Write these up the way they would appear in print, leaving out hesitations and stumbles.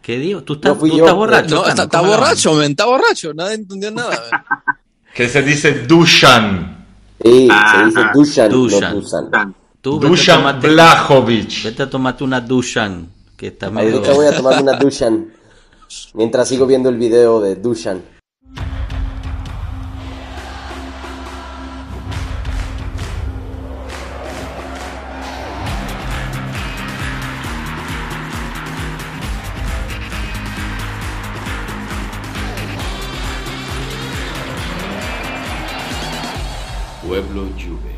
¿Qué digo? ¿Tú No estás, fui tú yo. estás borracho? No, Tano? está ¿Cómo la borracho, vaina? men, está borracho. Nadie entendió nada, men. Que se dice Dusan. Sí, se dice Dusan, no Dusan. Dusan. Tú Dusan Vlahovic. vete a tomarte una Dusan, que está medio... Ahorita voy a tomarme una Dusan mientras sigo viendo el video de Dusan. Pueblo Juve.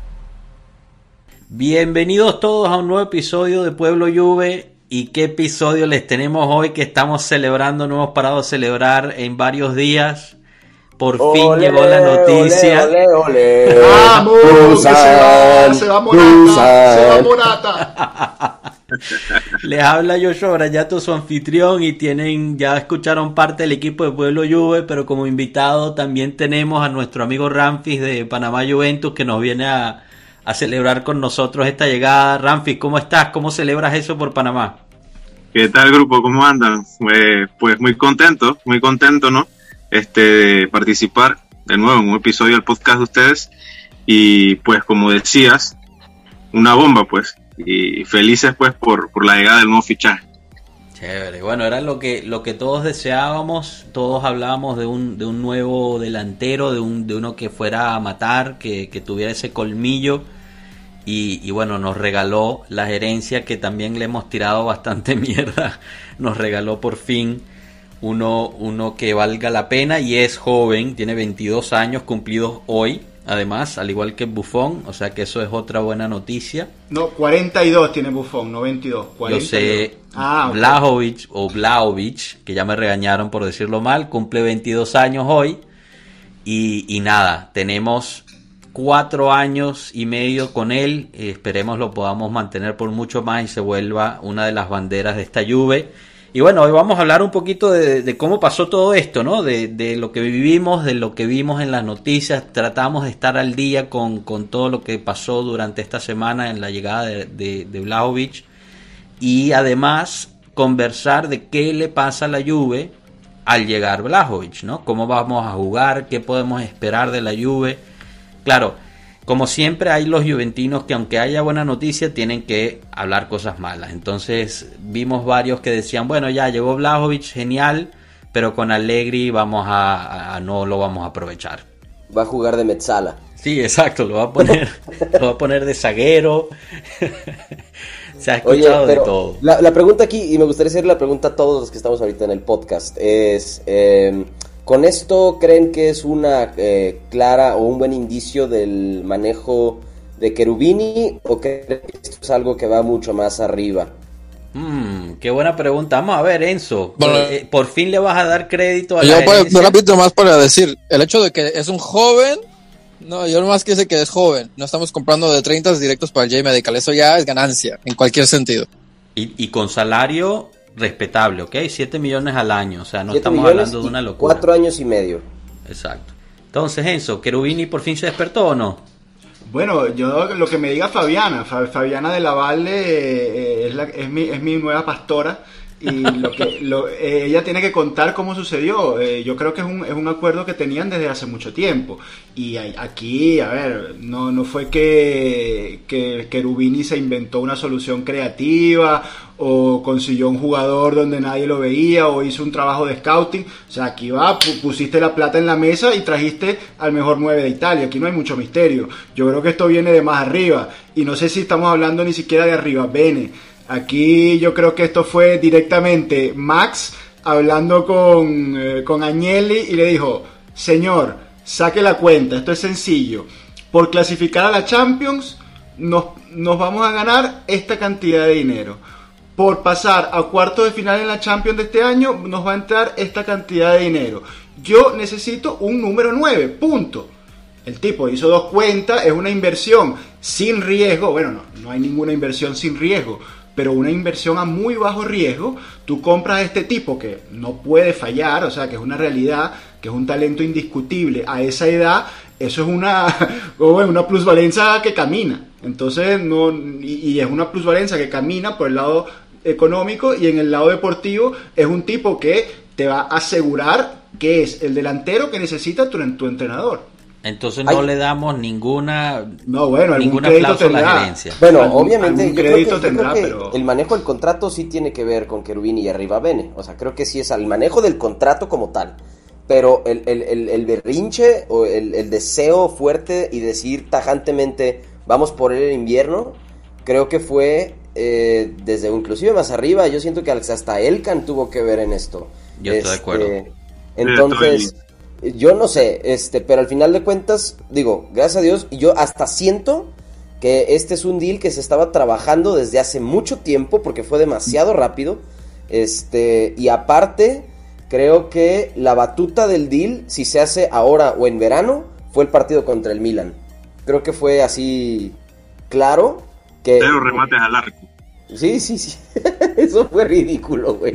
Bienvenidos todos a un nuevo episodio de Pueblo Juve. ¿Y qué episodio les tenemos hoy que estamos celebrando? No hemos parado de celebrar en varios días. Por fin llegó la noticia. Ole, ole, ole. ¡Vamos! Dusan, Se va Morata. Se va Dusan. Morata. Les habla Joshua Brayato, su anfitrión, y ya escucharon parte del equipo de Pueblo Juve, pero como invitado también tenemos a nuestro amigo Ramfis de Panamá Juventus, que nos viene a celebrar con nosotros esta llegada. Ramfis, ¿cómo estás? ¿Cómo celebras eso por Panamá? ¿Qué tal, grupo? ¿Cómo andan? Pues muy contento, ¿no? De participar de nuevo en un episodio del podcast de ustedes. Y pues, como decías, una bomba, pues. Y felices, pues, por la llegada del nuevo fichaje. Chévere, bueno, era lo que todos deseábamos. Todos hablábamos de un nuevo delantero, de uno que fuera a matar, que tuviera ese colmillo. Y bueno, nos regaló la gerencia, que también le hemos tirado bastante mierda. Nos regaló por fin uno que valga la pena, y es joven, tiene 22 años cumplidos hoy, además, al igual que Buffon, o sea que eso es otra buena noticia. No, 42 tiene Buffon, no 22. 42. Yo sé, Ok. Vlahovic, que ya me regañaron por decirlo mal, cumple 22 años hoy, y nada, tenemos 4 años y medio con él. Esperemos lo podamos mantener por mucho más y se vuelva una de las banderas de esta Juve. Y bueno, hoy vamos a hablar un poquito de cómo pasó todo esto, ¿no? De lo que vivimos, de lo que vimos en las noticias. Tratamos de estar al día con todo lo que pasó durante esta semana en la llegada de Vlahovic. Y además conversar de qué le pasa a la Juve al llegar Vlahovic, ¿no? Cómo vamos a jugar, qué podemos esperar de la Juve. Claro, como siempre hay los juventinos que, aunque haya buena noticia, tienen que hablar cosas malas. Entonces vimos varios que decían, bueno, ya llegó Vlahovic, genial, pero con Allegri no lo vamos a aprovechar. Va a jugar de Mezzala. Sí, exacto, lo va a poner de zaguero. Se ha Oye, escuchado de pero todo. la pregunta aquí, y me gustaría hacer la pregunta a todos los que estamos ahorita en el podcast, es... ¿con esto creen que es una clara o un buen indicio del manejo de Cherubini, o creen que esto es algo que va mucho más arriba? Qué buena pregunta. Vamos a ver, Enzo. Bueno, por fin le vas a dar crédito a Yo la gerencia. no repito más para decir, el hecho de que es un joven, no, yo nomás quiero decir que es joven. No estamos comprando de 30 directos para el J-Medical, eso ya es ganancia, en cualquier sentido. Y con salario respetable, ¿ok? 7 millones al año, o sea, no 7 estamos millones hablando de y una locura. 4 años y medio. Exacto. Entonces, Enzo, ¿Cherubini por fin se despertó o no? Bueno, yo lo que me diga Fabiana. Fabiana de la Valle es mi nueva pastora. Y ella tiene que contar cómo sucedió. Yo creo que es un acuerdo que tenían desde hace mucho tiempo. Y aquí, a ver, no fue que Cherubini se inventó una solución creativa o consiguió un jugador donde nadie lo veía o hizo un trabajo de scouting. O sea, aquí pusiste la plata en la mesa y trajiste al mejor 9 de Italia. Aquí no hay mucho misterio. Yo creo que esto viene de más arriba. Y no sé si estamos hablando ni siquiera de arriba bene. Aquí yo creo que esto fue directamente Max hablando con Agnelli y le dijo: señor, saque la cuenta, esto es sencillo. Por clasificar a la Champions nos vamos a ganar esta cantidad de dinero. Por pasar a cuartos de final en la Champions de este año nos va a entrar esta cantidad de dinero. Yo necesito un número 9, punto. El tipo hizo 2 cuentas, es una inversión sin riesgo. Bueno, no hay ninguna inversión sin riesgo, pero una inversión a muy bajo riesgo. Tú compras a este tipo que no puede fallar, o sea, que es una realidad, que es un talento indiscutible a esa edad. Eso es una plusvalencia que camina. Entonces, y es una plusvalencia que camina por el lado económico y en el lado deportivo es un tipo que te va a asegurar que es el delantero que necesita tu entrenador. Entonces no le damos ninguna ningún aplauso a la gerencia. Bueno, obviamente yo creo que pero el manejo del contrato sí tiene que ver con Cherubini y Arribabene. O sea, creo que sí es el manejo del contrato como tal. Pero el berrinche o el deseo fuerte y decir tajantemente vamos por él en invierno, creo que fue desde inclusive más arriba. Yo siento que hasta Elkan tuvo que ver en esto. Yo estoy de acuerdo. Entonces, yo no sé, pero al final de cuentas, digo, gracias a Dios, yo hasta siento que este es un deal que se estaba trabajando desde hace mucho tiempo porque fue demasiado rápido. Y aparte, creo que la batuta del deal, si se hace ahora o en verano, fue el partido contra el Milan. Creo que fue así claro que... 0 remates al arco. Sí. Eso fue ridículo, güey.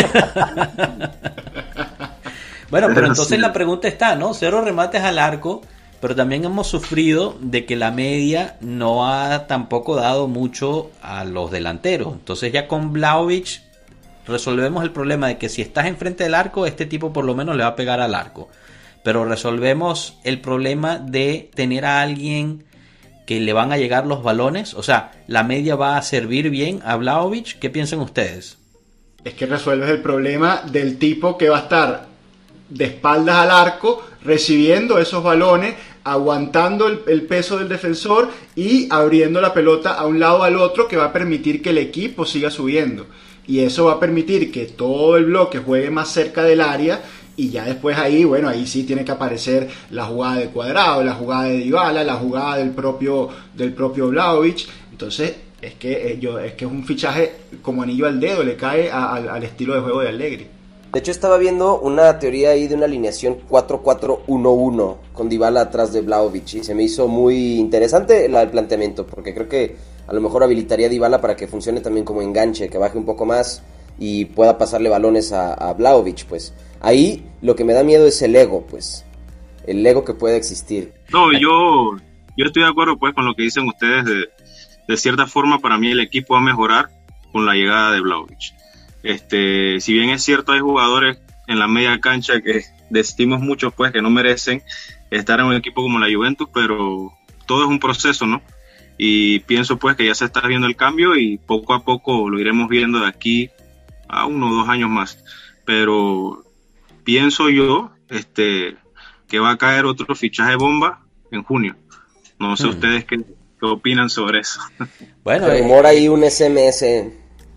Bueno, pero entonces la pregunta está, ¿no? 0 remates al arco, pero también hemos sufrido de que la media no ha tampoco dado mucho a los delanteros. Entonces ya con Vlahovic resolvemos el problema de que si estás enfrente del arco, este tipo por lo menos le va a pegar al arco. Pero resolvemos el problema de tener a alguien que le van a llegar los balones. O sea, la media va a servir bien a Vlahovic. ¿Qué piensan ustedes? Es que resuelves el problema del tipo que va a estar de espaldas al arco, recibiendo esos balones, aguantando el peso del defensor y abriendo la pelota a un lado o al otro, que va a permitir que el equipo siga subiendo. Y eso va a permitir que todo el bloque juegue más cerca del área. Y ya después ahí sí tiene que aparecer la jugada de Cuadrado, la jugada de Dybala, la jugada del propio Vlahovic. Entonces es que es un fichaje como anillo al dedo, le cae al estilo de juego de Allegri. De hecho estaba viendo una teoría ahí de una alineación 4-4-1-1 con Dybala atrás de Vlahovic y se me hizo muy interesante el planteamiento, porque creo que a lo mejor habilitaría a Dybala para que funcione también como enganche, que baje un poco más y pueda pasarle balones a Vlahovic, pues. Ahí lo que me da miedo es el ego, pues. El ego que puede existir. No, yo estoy de acuerdo pues con lo que dicen ustedes. De cierta forma, para mí el equipo va a mejorar con la llegada de Vlahovic. Si bien es cierto, hay jugadores en la media cancha que decimos mucho pues que no merecen estar en un equipo como la Juventus, pero todo es un proceso, ¿no? Y pienso pues que ya se está viendo el cambio y poco a poco lo iremos viendo de aquí a 1 o 2 años más. Pero pienso yo que va a caer otro fichaje bomba en junio. No sé ustedes qué opinan sobre eso. Bueno, rumor ahí un SMS.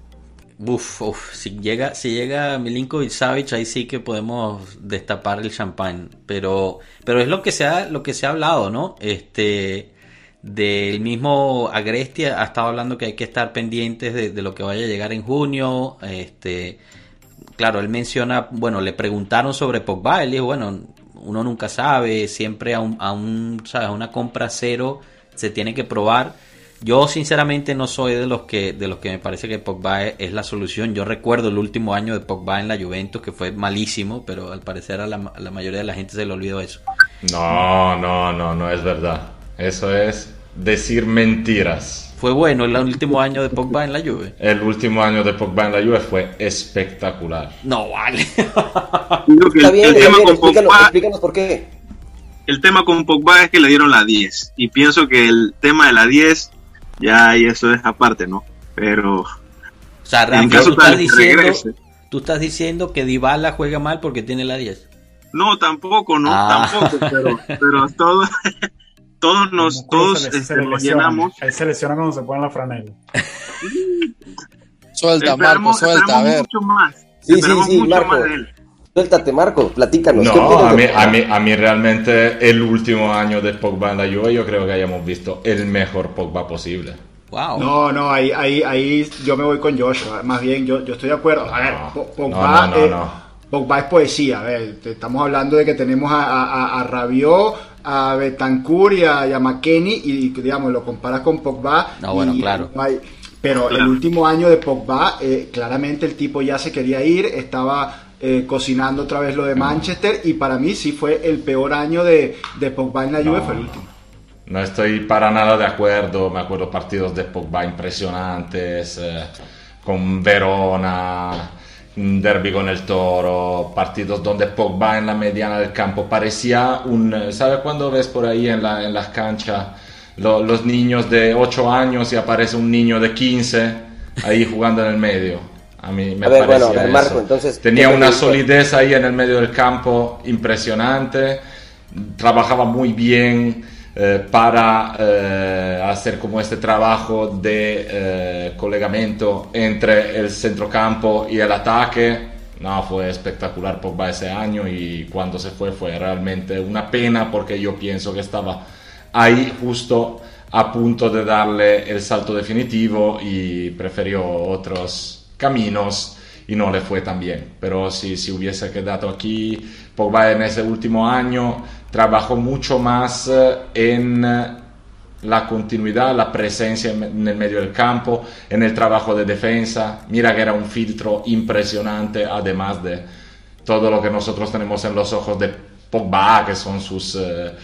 Si llega Milinkovic Savic, ahí sí que podemos destapar el champán, pero es lo que se ha hablado, ¿no? Del mismo Agresti ha estado hablando que hay que estar pendientes de lo que vaya a llegar en junio. Claro, él menciona, le preguntaron sobre Pogba, él dijo, uno nunca sabe, siempre a una compra cero se tiene que probar. Yo sinceramente no soy de los que me parece que Pogba es la solución. Yo recuerdo el último año de Pogba en la Juventus, que fue malísimo, pero al parecer a la mayoría de la gente se le olvidó eso. No es verdad. Eso es decir mentiras. Fue bueno el último año de Pogba en la Juve. El último año de Pogba en la Juve fue espectacular. No vale. Está bien, explícanos por qué. El tema con Pogba es que le dieron la 10 y pienso que el tema de la 10 ya y eso es aparte, ¿no? Pero o sea, Rafa, tú estás diciendo que Dybala juega mal porque tiene la 10. No, tampoco, pero todos nos llenamos. Él se lesiona cuando se pone la franela. Suelta, Marco, suelta, a ver. Mucho más. Sí, Marco. Más de él. Suéltate, Marco, platícanos. No, a mí realmente el último año de Pogba en la Juve yo creo que hayamos visto el mejor Pogba posible. Wow. No, ahí yo me voy con Joshua. Más bien, yo estoy de acuerdo. A ver, Pogba es poesía. A ver, estamos hablando de que tenemos a Rabiot, a Betancourt y a McKennie y digamos, lo comparas con Pogba. Claro. Pero el último año de Pogba, claramente el tipo ya se quería ir, estaba cocinando otra vez lo de Manchester y para mí sí fue el peor año de Pogba en la Juve, fue el último. No estoy para nada de acuerdo, me acuerdo partidos de Pogba impresionantes, con Verona, un derby con el Toro, partidos donde Pogba en la mediana del campo parecía ¿sabes cuando ves por ahí en las canchas los niños de 8 años y aparece un niño de 15 ahí jugando en el medio? A mí me parecía bueno, Marco, eso. entonces, Tenía una solidez ahí en el medio del campo impresionante, trabajaba muy bien para hacer como este trabajo de colegamiento entre el centrocampo y el ataque. No, fue espectacular Pogba ese año, y cuando se fue realmente una pena, porque yo pienso que estaba ahí justo a punto de darle el salto definitivo y prefirió otros caminos y no le fue tan bien. Pero si hubiese quedado aquí, Pogba en ese último año trabajó mucho más en la continuidad, la presencia en el medio del campo, en el trabajo de defensa. Mira que era un filtro impresionante, además de todo lo que nosotros tenemos en los ojos de Pogba, que son sus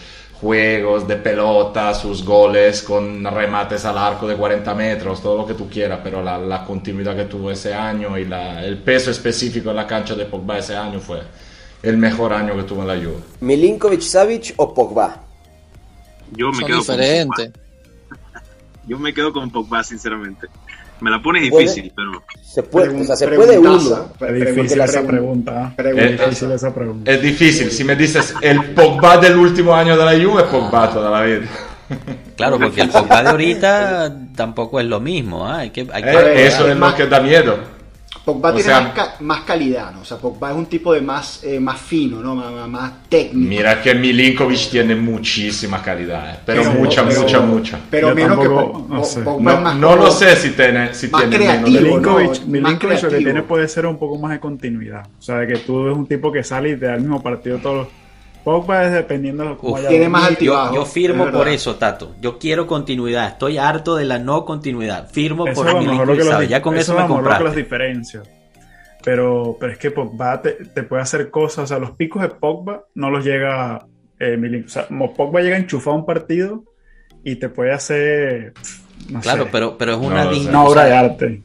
juegos de pelota, sus goles con remates al arco de 40 metros, todo lo que tú quieras, pero la continuidad que tuvo ese año y el peso específico en la cancha de Pogba ese año fue el mejor año que tuvo en la Juve. ¿Milinkovic-Savic o Pogba? Yo me Son quedo diferentes. con Pogba. Yo me quedo con Pogba, sinceramente. Me la pone difícil, pero... Se puede, se puede uno. Es difícil esa pregunta. Difícil esa pregunta. Es difícil. Si me dices el Pogba del último año de la Juve, Pogba toda la vida. Claro, porque el Pogba de ahorita tampoco es lo mismo. Hay que eso es lo que da miedo. Pogba O tiene sea, más calidad, ¿no? O sea, Pogba es un tipo de más fino, ¿no? Más técnico. Mira que Milinkovic tiene muchísima calidad, pero mucha. Pero Yo menos tampoco, que no sé. Pogba es más No lo sé si tiene creativo, menos. Milinkovic lo que creativo. tiene puede ser un poco más de continuidad. O sea, que tú ves un tipo que sale y te da el mismo partido todos los... Pogba es dependiendo de cómo haya tiene más dormido. altibajo. Yo firmo es por verdad. eso, Tato. Yo quiero continuidad. Estoy harto de la no continuidad. Firmo Eso por es a lo mejor lo que Milinkovic. los, Ya con eso es a me lo mejor lo que los compraste. diferencia. Pero es que Pogba te puede hacer cosas. O sea, los picos de Pogba no los llega Milinkovic. O sea, Pogba llega enchufado a un partido y te puede hacer... No Claro, sé, pero es No una lo sé. una obra de arte.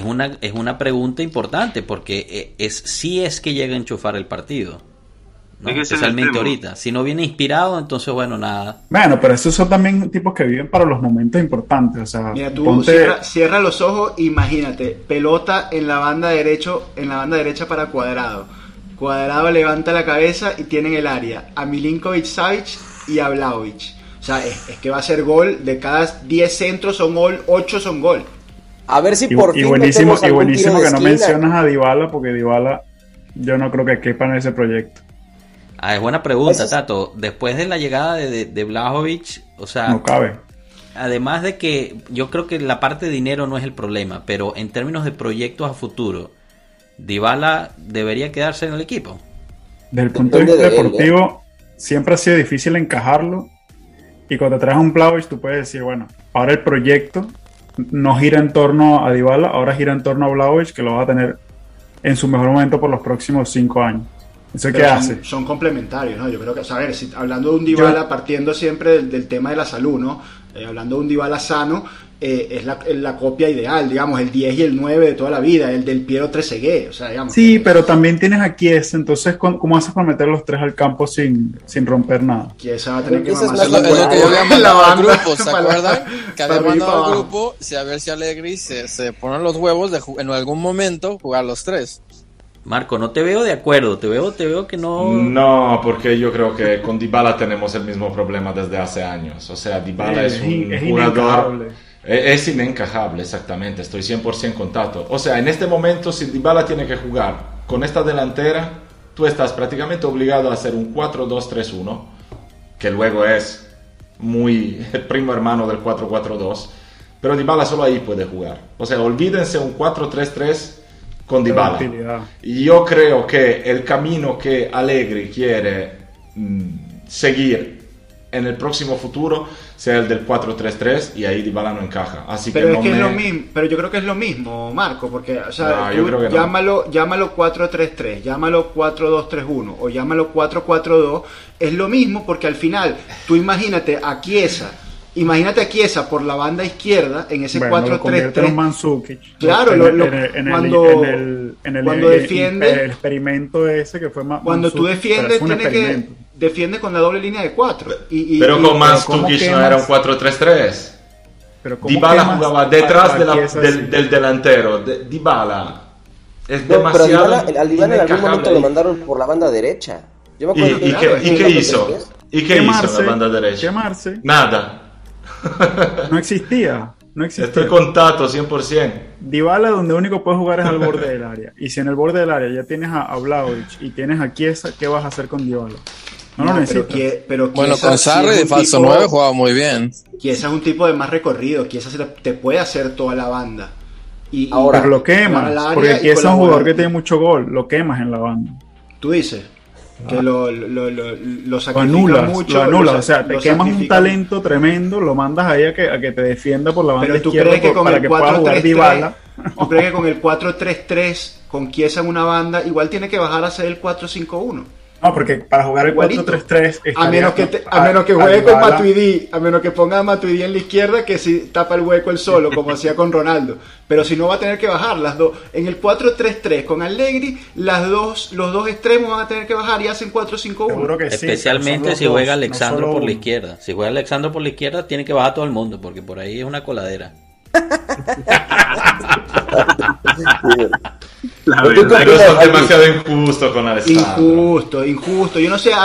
es una pregunta importante, porque si es que llega a enchufar el partido, ¿no? Es que ese es el Especialmente tema. ahorita. Si no viene inspirado, entonces bueno, nada. Bueno, pero esos son también tipos que viven para los momentos importantes. O sea, Mira, tú ponte... cierra los ojos, imagínate, pelota en la banda derecha para Cuadrado. Cuadrado levanta la cabeza y tiene en el área a Milinkovic-Savic y a Vlahovic. O sea, es que va a ser gol. De cada 10 centros son gol, 8 son gol. A ver si Y, por y fin buenísimo, metemos y algún buenísimo tiro de que no esquina. mencionas a Dybala, porque Dybala yo no creo que quepa en ese proyecto. Es buena pregunta, Eso es- Tato. Después de la llegada de Vlahovic, o sea, No cabe. además de que yo creo que la parte de dinero no es el problema, pero en términos de proyectos a futuro, Dybala debería quedarse en el equipo. Desde el punto de Depende vista de él, deportivo, siempre ha sido difícil encajarlo. Y cuando traes un Vlahovic, tú puedes decir, bueno, ahora el proyecto no gira en torno a Dybala, ahora gira en torno a Vlahovic, que lo va a tener en su mejor momento por los próximos 5 años. ¿Eso qué Pero hace? son complementarios, ¿no? Yo creo que, o sea, a ver, hablando de un Dybala, partiendo siempre del tema de la salud, ¿no? Hablando de un Dybala sano, es la copia ideal, digamos, el 10 y el 9 de toda la vida, el del Piero Trezeguet, o sea, digamos. Sí, pero también tienes a Chiesa, entonces ¿cómo haces para meter los tres al campo sin romper nada? Chiesa va a tener que Esa es mamarse más la la- Es lo que yo había en mandado al banda, grupo, ¿se para- acuerdan? Que para había arriba y mandado para al abajo. grupo, a ver si Allegri se ponen los huevos de en algún momento jugar los tres. Marco, no te veo de acuerdo, te veo que no... No, porque yo creo que con Dybala tenemos el mismo problema desde hace años. O sea, Dybala es un es jugador... inencajable. Es inencajable, exactamente. Estoy 100% con Tato. O sea, en este momento, si Dybala tiene que jugar con esta delantera, tú estás prácticamente obligado a hacer un 4-2-3-1, que luego es muy el primo hermano del 4-4-2. Pero Dybala solo ahí puede jugar. O sea, olvídense un 4-3-3 con Dybala. Utilidad. Y yo creo que el camino que Allegri quiere seguir en el próximo futuro sea el del 4-3-3 y ahí Dybala no encaja. Así Pero que es no que me... es lo mismo, pero yo creo que es lo mismo, Marco, porque, o sea, No, tú yo creo que no. llámalo 4-3-3, llámalo 4-2-3-1 o llámalo 4-4-2, es lo mismo porque al final, tú imagínate a Chiesa Imagínate a Chiesa por la banda izquierda en ese Bueno, lo convierte en 4-3-3. un Mandzukic. Claro, cuando defiende, el experimento ese que fue cuando tú defiendes, tienes que defiende con la doble línea de 4. Pero con Mandzukic no era un 4-3-3. Dybala jugaba detrás del delantero. Dybala es demasiado. Pero al Dybala en algún momento lo mandaron por la banda derecha. Yo me acuerdo ¿Y qué hizo? ¿Y qué hizo en la banda derecha? Quemarse. Nada. No existía. Estoy con Tato 100%. Dybala donde único puedes jugar es al borde del área. Y si en el borde del área ya tienes a Vlahovic y tienes a Chiesa, ¿qué vas a hacer con Dybala? No lo necesitas. Pero Bueno, con Sarri de falso 9 jugaba muy bien. Chiesa es un tipo de más recorrido. Chiesa te puede hacer toda la banda. Ahora, pero lo quemas. Porque Chiesa es un jugador que tiene mucho gol. Lo quemas en la banda. Tú dices que lo sacrificas mucho. Lo anulas, o sea, te quemas un talento tremendo, lo mandas ahí a que te defienda por la banda izquierda para que pueda jugar Dybala. ¿Tú crees que con el 4-3-3, con Chiesa en una banda, igual tiene que bajar a ser el 4-5-1? No, porque para jugar el 4-3-3 a menos que juegue con Matuidi, a menos que ponga a Matuidi en la izquierda, que si tapa el hueco él solo, como hacía con Ronaldo. Pero si no, va a tener que bajar las dos. En el 4-3-3 con Allegri, los dos extremos van a tener que bajar y hacen 4-5-1. Especialmente si juega Alexandro por la izquierda. Si juega Alexandro por la izquierda, tiene que bajar todo el mundo, porque por ahí es una coladera. La verdad que son demasiado injustos con Alexandro. Injusto. Yo no sé,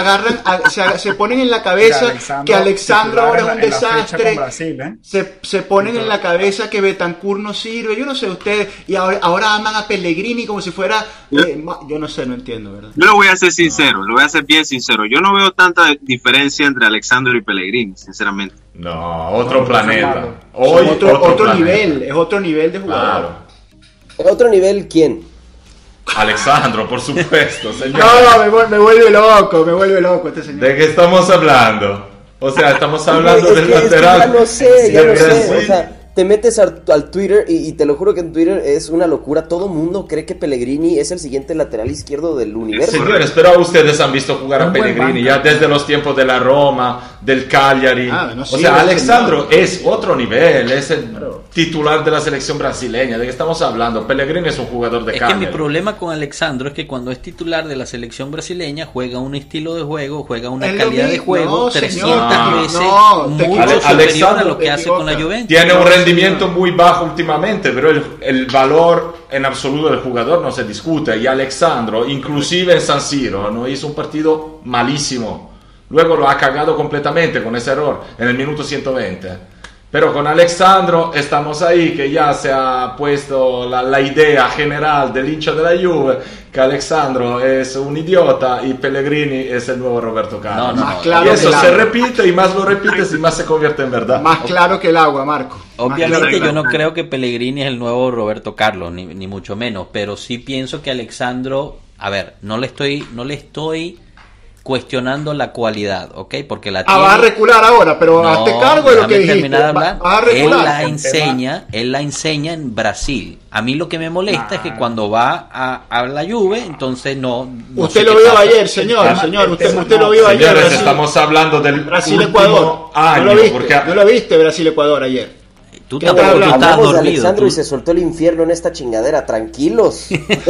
se ponen en la cabeza que Alexandro ahora es un desastre. Brasil, se ponen en la cabeza que Bentancur no sirve. Yo no sé ustedes. Y ahora aman a Pellegrini como si fuera. Yo no sé, no entiendo, ¿verdad? Yo lo voy a ser sincero, lo voy a ser bien sincero. Yo no veo tanta diferencia entre Alexandro y Pellegrini, sinceramente. No, otro planeta. Otro nivel, es otro nivel de jugador. Claro. ¿Otro nivel quién? Alexandro, por supuesto, señor. No, me vuelve loco este señor. ¿De qué estamos hablando? O sea, estamos hablando del lateral. Ya no sé. O sea, te metes al Twitter y te lo juro que en Twitter es una locura. Todo mundo cree que Pellegrini es el siguiente lateral izquierdo del universo. Señores, pero ustedes han visto jugar a Pellegrini ya desde los tiempos de la Roma, del Cagliari. O sea, Alexandro es otro nivel, es el titular de la selección brasileña. ¿De qué estamos hablando? Pellegrini es un jugador de Cagliari. Es que mi problema con Alexandro es que cuando es titular de la selección brasileña juega un estilo de juego, juega una calidad de juego 300 veces mucho superior a lo que hace con la Juventus. Tiene un rendimiento muy bajo últimamente, pero el valor en absoluto del jugador no se discute. Y Alexandro, inclusive en San Siro, no hizo un partido malísimo. Luego lo ha cagado completamente con ese error en el minuto 120. Pero con Alexandro estamos ahí, que ya se ha puesto la idea general del hincha de la Juve, que Alexandro es un idiota y Pellegrini es el nuevo Roberto Carlos. Claro, y eso se repite, y más lo repites y más se convierte en verdad. Más claro que el agua, Marco. Obviamente yo no creo que Pellegrini es el nuevo Roberto Carlos, ni mucho menos, pero sí pienso que Alexandro, a ver, no le estoy cuestionando la cualidad, ¿ok? Porque la tiene... vas a recular ahora, pero hazte cargo de lo que dijiste. De hablar. Vas a recular. Él la enseña en Brasil. A mí lo que me molesta es que cuando va a la Juve, entonces no usted lo vio ayer, señor, usted lo vio ayer. Señores, estamos hablando del Brasil-Ecuador. ¿No lo viste Brasil-Ecuador ayer? Tú estás hablamos de dormido. Alexandro y se soltó el infierno en esta chingadera, tranquilos.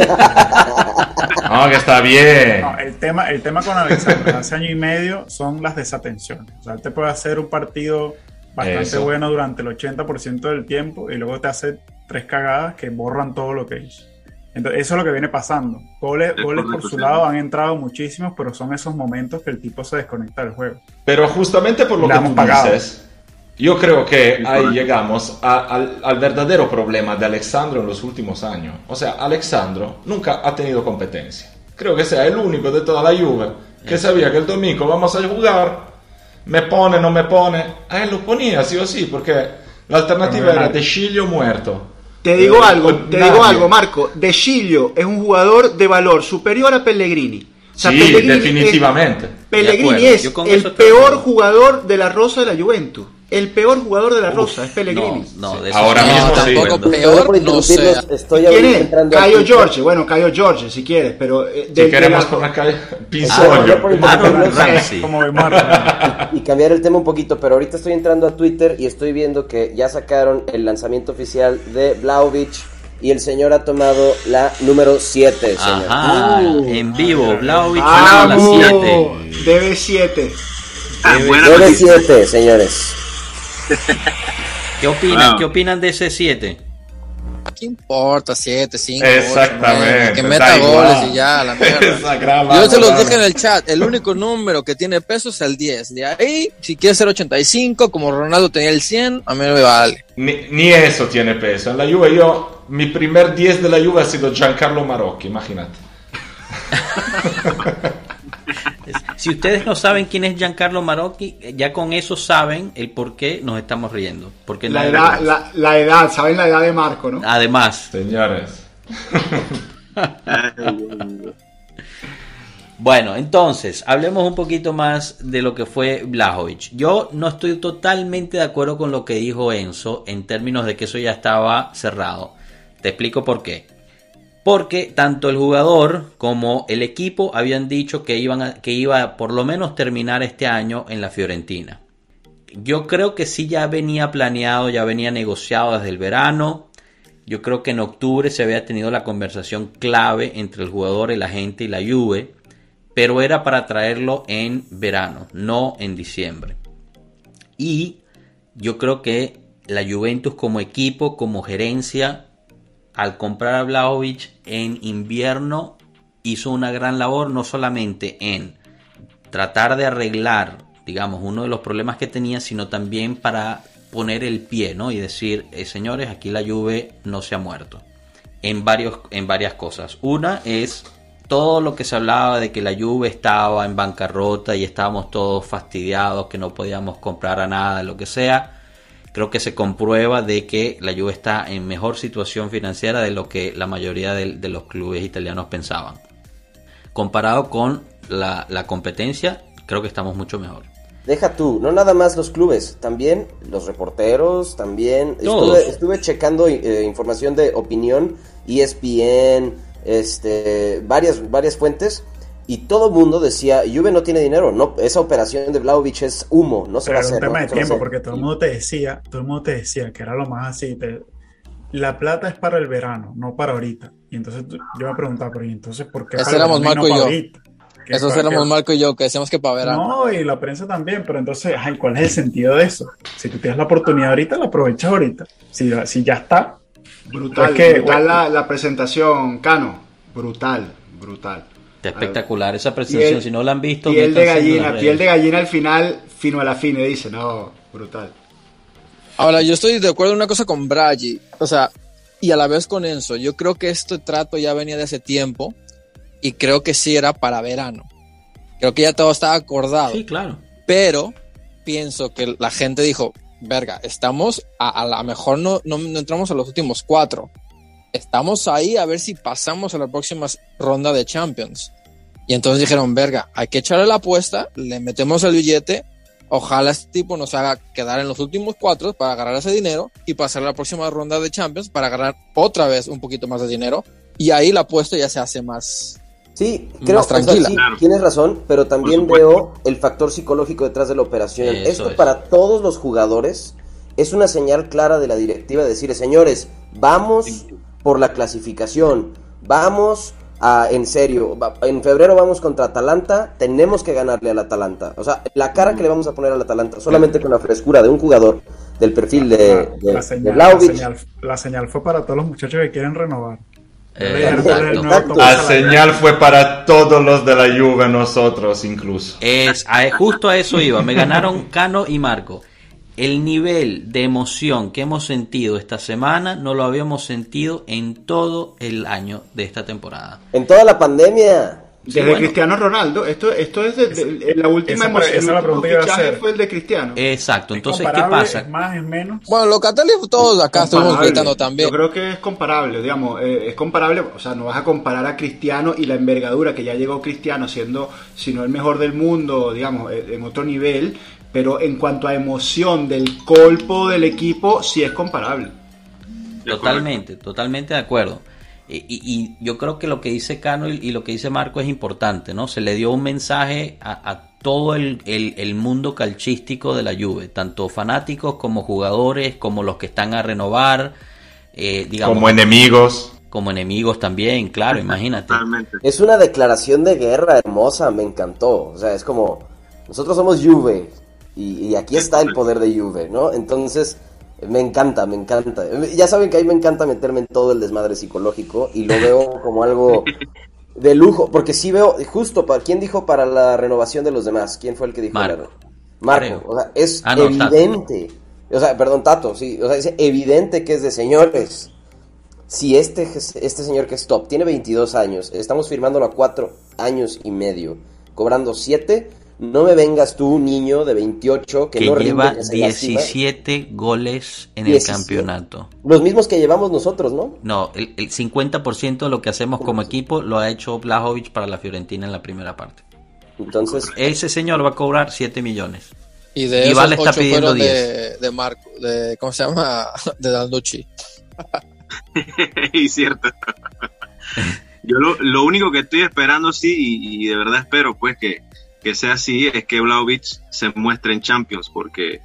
No, que está bien. No, el tema con Alexandro hace año y medio son las desatenciones. O sea, él te puede hacer un partido bastante bueno durante el 80% del tiempo y luego te hace 3 cagadas que borran todo lo que hizo. Entonces, eso es lo que viene pasando. Goles por su lado han entrado muchísimos, pero son esos momentos que el tipo se desconecta del juego. Pero justamente por lo que tú dices, yo creo que ahí llegamos al verdadero problema de Alexandro en los últimos años. O sea, Alexandro nunca ha tenido competencia. Creo que sea el único de toda la Juve que sabía que el domingo vamos a jugar, me pone, no me pone. A él lo ponía sí o sí, porque la alternativa era De Sciglio muerto. Te digo algo, Marco. De Sciglio es un jugador de valor superior a Pellegrini. O sea, sí, Pellegrini definitivamente. Pellegrini es el peor jugador de la Rosa de la Juventus. el peor jugador de la Rosa es Pellegrini. No, de eso Ahora sí, mismo sí. tampoco Perdón peor, por no sé. interrumpirlos, estoy ¿Quién ahorita es? entrando Cayo aquí. George. Bueno, Cayo George, si quieres, pero... Si queremos con la calle, Yo Pinzolio. por Aaron interrumpirlos Ramsey. Como vimos a y cambiar el tema un poquito, pero ahorita estoy entrando a Twitter y estoy viendo que ya sacaron el lanzamiento oficial de Vlahovic y el señor ha tomado la número 7, señor. Ajá, en vivo, Vlahovic a las ¡Vamos! 7. Debe 7. Buena Debe noticia. 7, señores. ¿Qué opinan? Wow. ¿Qué opinan de ese 7? ¿Qué importa? 7, 5, Exactamente, que da meta igual. goles y ya, la mierda. Exactamente. Yo se los dije en el chat, el único número que tiene peso es el 10. De ahí, si quieres ser 85, como Ronaldo tenía el 100, a mí no me vale. Ni eso tiene peso. En la Juve mi primer 10 de la Juve ha sido Giancarlo Marocchi, imagínate. Si ustedes no saben quién es Giancarlo Marocchi, ya con eso saben el por qué nos estamos riendo. Porque La nadie edad, lo conoce. la edad, ¿saben la edad de Marco, no? Además, Señores. bueno, entonces, hablemos un poquito más de lo que fue Vlahovic. Yo no estoy totalmente de acuerdo con lo que dijo Enzo en términos de que eso ya estaba cerrado. Te explico por qué. Porque tanto el jugador como el equipo habían dicho que iba a por lo menos terminar este año en la Fiorentina. Yo creo que sí ya venía planeado, ya venía negociado desde el verano. Yo creo que en octubre se había tenido la conversación clave entre el jugador, el agente y la Juve, pero era para traerlo en verano, no en diciembre. Y yo creo que la Juventus como equipo, como gerencia, al comprar a Vlahovic en invierno, hizo una gran labor, no solamente en tratar de arreglar, digamos, uno de los problemas que tenía, sino también para poner el pie, ¿no? Y decir, señores, aquí la Juve no se ha muerto. En varias cosas. Una es todo lo que se hablaba de que la Juve estaba en bancarrota y estábamos todos fastidiados, que no podíamos comprar a nada, lo que sea. Creo que se comprueba de que la Juve está en mejor situación financiera de lo que la mayoría de los clubes italianos pensaban. Comparado con la competencia, creo que estamos mucho mejor. Deja tú, no nada más los clubes, también los reporteros, también Todos. estuve checando información de opinión, ESPN, varias fuentes, y todo el mundo decía, Juve no tiene dinero, no, esa operación de Vlahovic es humo, no se va a Pero hacer. es un tema no de se va a tiempo, hacer. porque todo el mundo te decía que era lo más así. La plata es para el verano, no para ahorita. Y entonces yo me preguntaba, pero ¿y entonces por qué? Ese para el éramos verano Marco y no yo. para ahorita? ¿Qué- Esos para éramos qué? Marco y yo, que decíamos que para verano. No, y la prensa también, pero entonces, ay, ¿cuál es el sentido de eso? Si tú tienes la oportunidad ahorita, la aprovechas ahorita. Si ya está. Brutal, Es que, brutal bueno, la presentación, Cano. Brutal. Está espectacular esa presentación. Si no la han visto, Piel de métanse en las gallina, redes. piel de gallina al final, fino a la fine, dice. No, brutal. Ahora, yo estoy de acuerdo en una cosa con Bragi, o sea, y a la vez con Enzo. Yo creo que este trato ya venía de hace tiempo y creo que sí era para verano. Creo que ya todo estaba acordado. Sí, claro. Pero pienso que la gente dijo, verga, estamos a la mejor no entramos a los últimos 4. Estamos ahí a ver si pasamos a la próxima ronda de Champions. Y entonces dijeron, verga, hay que echarle la apuesta, le metemos el billete, ojalá este tipo nos haga quedar en los últimos 4 para agarrar ese dinero y pasar a la próxima ronda de Champions para agarrar otra vez un poquito más de dinero. Y ahí la apuesta ya se hace más... Sí, creo más tranquila. sí, Claro. tienes razón, pero también Por supuesto. veo el factor psicológico detrás de la operación. Eso Esto es. para todos los jugadores es una señal clara de la directiva de decir, señores, vamos por la clasificación, vamos en serio, en febrero vamos contra Atalanta, tenemos que ganarle al Atalanta. O sea, la cara que le vamos a poner al Atalanta, solamente con la frescura de un jugador del perfil de Vlahovic. la señal fue para todos los muchachos que quieren renovar. Exacto. La señal fue para todos los de la Juve, nosotros incluso. Justo a eso iba. Me ganaron Cano y Marco. El nivel de emoción que hemos sentido esta semana no lo habíamos sentido en todo el año de esta temporada. En toda la pandemia. Desde bueno. Cristiano Ronaldo, esto es la última esa es la pregunta que iba a fichaje hacer. fue el de Cristiano. Exacto, entonces, ¿qué comparable, pasa? ¿Es más, es menos? Bueno, Locatelli todos acá estuvimos Comparable. gritando también. Yo creo que es comparable, digamos, es comparable, o sea, no vas a comparar a Cristiano y la envergadura que ya llegó Cristiano siendo, si no el mejor del mundo, digamos, en otro nivel, pero en cuanto a emoción del colpo del equipo, sí es comparable. Totalmente de acuerdo. Y yo creo que lo que dice Cano y lo que dice Marco es importante, ¿no? Se le dio un mensaje a todo el mundo calchístico de la Juve, tanto fanáticos como jugadores, como los que están a renovar, digamos, Como enemigos. como enemigos también, claro, imagínate. Totalmente. Es una declaración de guerra hermosa, me encantó. O sea, es como, nosotros somos Juve y aquí está el poder de Juve, ¿no? Entonces, me encanta. Ya saben que a mí me encanta meterme en todo el desmadre psicológico y lo veo como algo de lujo, porque sí veo, justo, ¿quién dijo para la renovación de los demás? ¿Quién fue el que dijo? Marco. Marco, o sea, es Ah, no, evidente. O sea, perdón, Tato, sí, o sea, es evidente que es de señores. Si este señor que es top tiene 22 años, estamos firmándolo a 4 años y medio, cobrando 7, no me vengas tú, niño de 28 que no lleva rinde, que se lastima. 17 goles en 17. el campeonato. Los mismos que llevamos nosotros, ¿no? No, el 50% de lo que hacemos como equipo lo ha hecho Blažević para la Fiorentina en la primera parte. Entonces, Ese señor va a cobrar 7 millones. Y de Y esos Vale está 8 pidiendo fueron 10. de Marco, de, ¿cómo se llama? De Dalducci. Y cierto. Yo lo único que estoy esperando, sí, y de verdad espero pues que sea así, es que Vlahovic se muestre en Champions, porque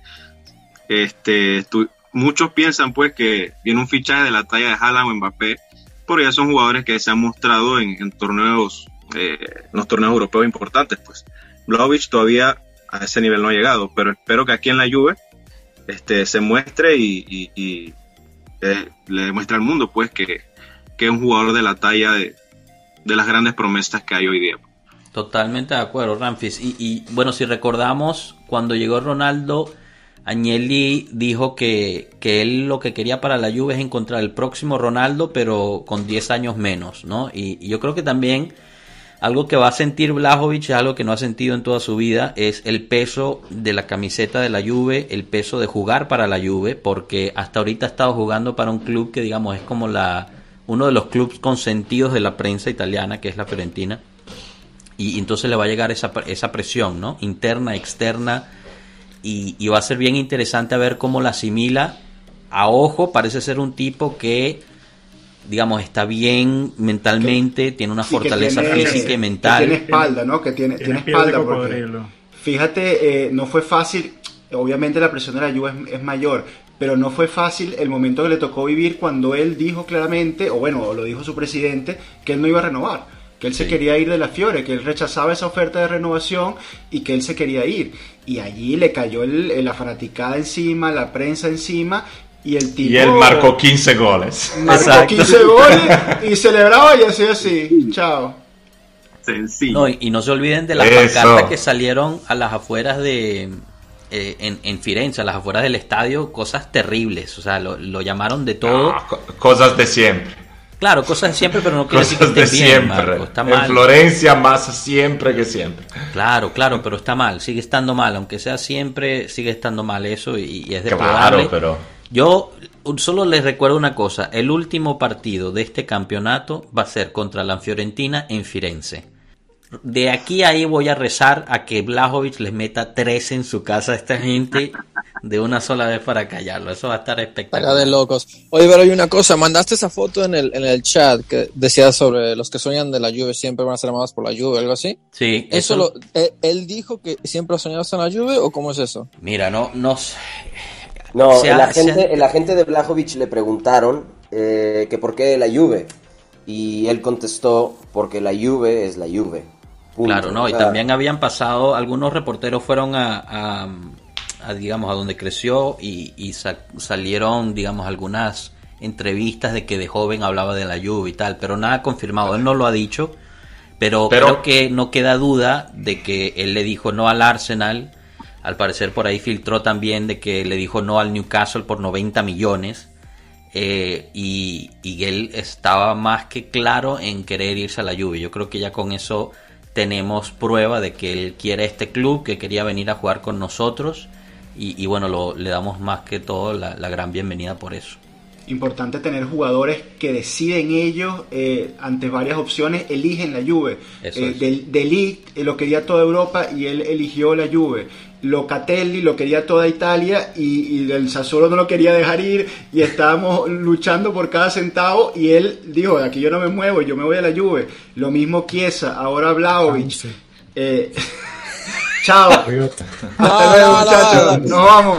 muchos piensan pues que viene un fichaje de la talla de Haaland o Mbappé, pero ya son jugadores que se han mostrado en torneos, los torneos europeos importantes, pues. Vlahovic todavía a ese nivel no ha llegado, pero espero que aquí en la Juve se muestre y le demuestre al mundo pues que es un jugador de la talla de las grandes promesas que hay hoy día. Totalmente de acuerdo, Ramfis. Y bueno, si recordamos, cuando llegó Ronaldo, Agnelli dijo que él lo que quería para la Juve es encontrar el próximo Ronaldo, pero con 10 años menos, ¿no? Y yo creo que también algo que va a sentir Blažević es algo que no ha sentido en toda su vida, es el peso de la camiseta de la Juve, el peso de jugar para la Juve, porque hasta ahorita ha estado jugando para un club que, digamos, es como uno de los clubes consentidos de la prensa italiana, que es la Fiorentina, y entonces le va a llegar esa presión, ¿no? Interna, externa, y va a ser bien interesante a ver cómo la asimila. A ojo, parece ser un tipo que, digamos, está bien mentalmente, tiene una fortaleza física y mental. Que tiene espalda, ¿no? Que tiene piel de espalda. Porque, cocodrilo. fíjate, no fue fácil, obviamente la presión de la Juve es mayor, pero no fue fácil el momento que le tocó vivir cuando él dijo claramente, o bueno, lo dijo su presidente, que él no iba a renovar, que él se quería ir de la Fiore, que él rechazaba esa oferta de renovación y que él se quería ir. Y allí le cayó la fanaticada encima, la prensa encima, y el tipo... Y él marcó 15 goles. Marcó Exacto. 15 goles y celebraba y hacía así, chao. Sencillo. No, y no se olviden de las Eso. pancartas que salieron a las afueras en Firenze, a las afueras del estadio, cosas terribles. O sea, lo llamaron de todo. Cosas de siempre. Claro, cosas de siempre, pero no quiere decir que Cosas de esté bien, siempre. Marco, está En mal. Florencia más siempre que siempre. Claro, pero está mal, sigue estando mal, aunque sea siempre, sigue estando mal eso y es Claro, deplorable. pero... Yo solo les recuerdo una cosa, el último partido de este campeonato va a ser contra la Fiorentina en Firenze. De aquí a ahí voy a rezar a que Blažević les meta 3 en su casa a esta gente de una sola vez para callarlo. Eso va a estar Para espectacular. de locos. Oye, pero hay una cosa, mandaste esa foto en el chat que decía sobre los que sueñan de la Juve siempre van a ser amados por la Juve, algo así. Sí, ¿Eso él dijo que siempre ha soñado en la Juve o cómo es eso? Mira, no sé. no, Se ha- el agente de Blažević le preguntaron que por qué la Juve. Y él contestó, porque la Juve es la Juve. Punto. Claro, no, y O sea, también habían pasado, algunos reporteros fueron a digamos, a donde creció y salieron, digamos, algunas entrevistas de que de joven hablaba de la Juve y tal, pero nada confirmado, él no lo ha dicho, pero creo que no queda duda de que él le dijo no al Arsenal, al parecer por ahí filtró también de que le dijo no al Newcastle por 90 millones, y él estaba más que claro en querer irse a la Juve. Yo creo que ya con eso tenemos prueba de que él quiere este club, que quería venir a jugar con nosotros y bueno, le damos más que todo la gran bienvenida por eso. Importante tener jugadores que deciden ellos ante varias opciones, eligen la Juve. De Ligt lo quería toda Europa y él eligió la Juve. Locatelli lo quería toda Italia y el Sassuolo no lo quería dejar ir y estábamos luchando por cada centavo y él dijo, aquí yo no me muevo, yo me voy a la Juve. Lo mismo Chiesa, ahora Vlahovic. Chao. Hasta luego, muchachos. Nos vamos.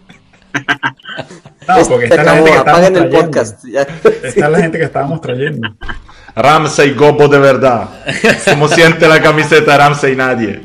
No, porque está la gente que apaguen el trayendo. podcast. Ya. Está la gente que estábamos trayendo. Ramsey Gobo de verdad. Como siente la camiseta de Ramsey nadie.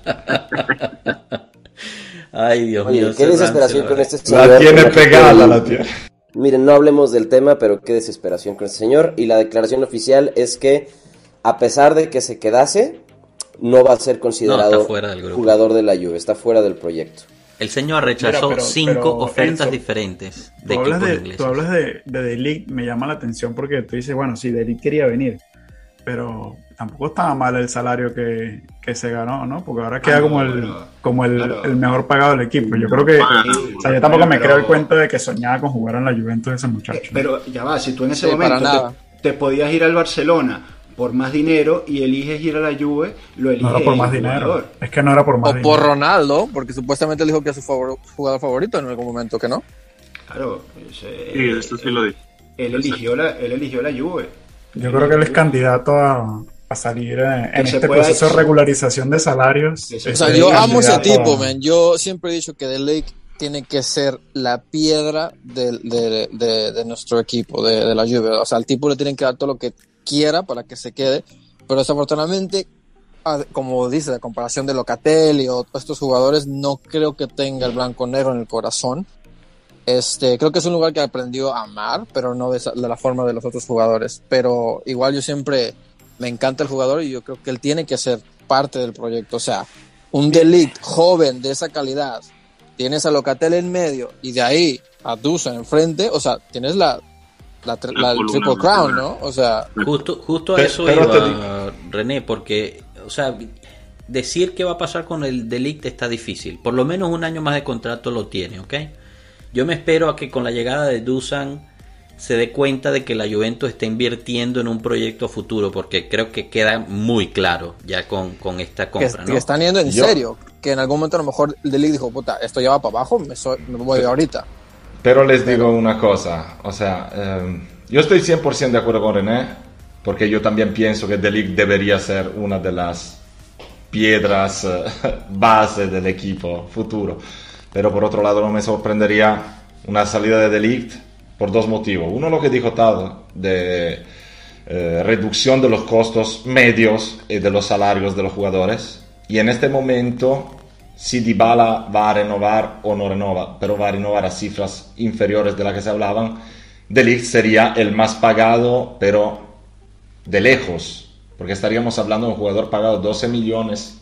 Ay, Dios Oye, mío. qué desesperación con este señor. La tiene pegada, la tiene. Miren, no hablemos del tema, pero qué desesperación con este señor. Y la declaración oficial es que, a pesar de que se quedase, no va a ser considerado está fuera del grupo. jugador de la Juve. Está fuera del proyecto. El señor rechazó Mira, 5 pero, ofertas Enzo, diferentes de Tú equipos hablas ingleses. tú hablas de Ligt, me llama la atención porque tú dices, bueno, sí, de Ligt quería venir, pero tampoco estaba mal el salario que se ganó, ¿no? Porque ahora queda claro. el mejor pagado del equipo. Yo creo que, o sea, yo tampoco me creo el cuento de que soñaba con jugar en la Juventus ese muchacho. Pero ya va, si tú en ese Sí, para momento nada. te podías ir al Barcelona por más dinero y eliges ir a la Juve, lo eliges No era por más el dinero, jugador. es que no era por más O dinero. por Ronaldo, porque supuestamente él dijo que es su jugador favorito en algún momento, ¿que no? Claro, Sí, esto sí lo dije. él eligió la Juve. Yo creo que él es candidato a salir en Que se este pueda- proceso de regularización de salarios. Que se O sea, Es yo el amo ese candidato tipo, a- man. Yo siempre he dicho que The Lake tiene que ser la piedra de nuestro equipo, de la Juve. O sea, al tipo le tienen que dar todo lo que quiera para que se quede. Pero desafortunadamente, como dice, la comparación de Locatelli o estos jugadores, no creo que tenga el blanco negro en el corazón. Creo que es un lugar que aprendió a amar, pero no de la forma de los otros jugadores. Pero igual yo siempre me encanta el jugador y yo creo que él tiene que ser parte del proyecto. O sea, un De Ligt joven de esa calidad, tienes a Locatelli en medio y de ahí a Dusan enfrente, o sea, tienes la Triple Crown, ¿no? O sea, Justo a Pe- eso pero te iba, René, porque, o sea, decir qué va a pasar con el De Ligt está difícil. Por lo menos un año más de contrato lo tiene, ¿ok? Yo me espero a que con la llegada de Dusan se dé cuenta de que la Juventus está invirtiendo en un proyecto futuro, porque creo que queda muy claro ya con esta compra, que ¿no? están yendo en serio. Que en algún momento a lo mejor De Ligt dijo, puta, esto ya va para abajo, me voy ahorita. Pero les digo una cosa, o sea, yo estoy 100% de acuerdo con René, porque yo también pienso que De Ligt debería ser una de las piedras base del equipo futuro. Pero por otro lado no me sorprendería una salida de Ligt por dos motivos. Uno, lo que dijo Tad, de reducción de los costos medios y de los salarios de los jugadores. Y en este momento, si Dybala va a renovar o no renova, pero va a renovar a cifras inferiores de las que se hablaban, De Ligt sería el más pagado, pero de lejos, porque estaríamos hablando de un jugador pagado 12 millones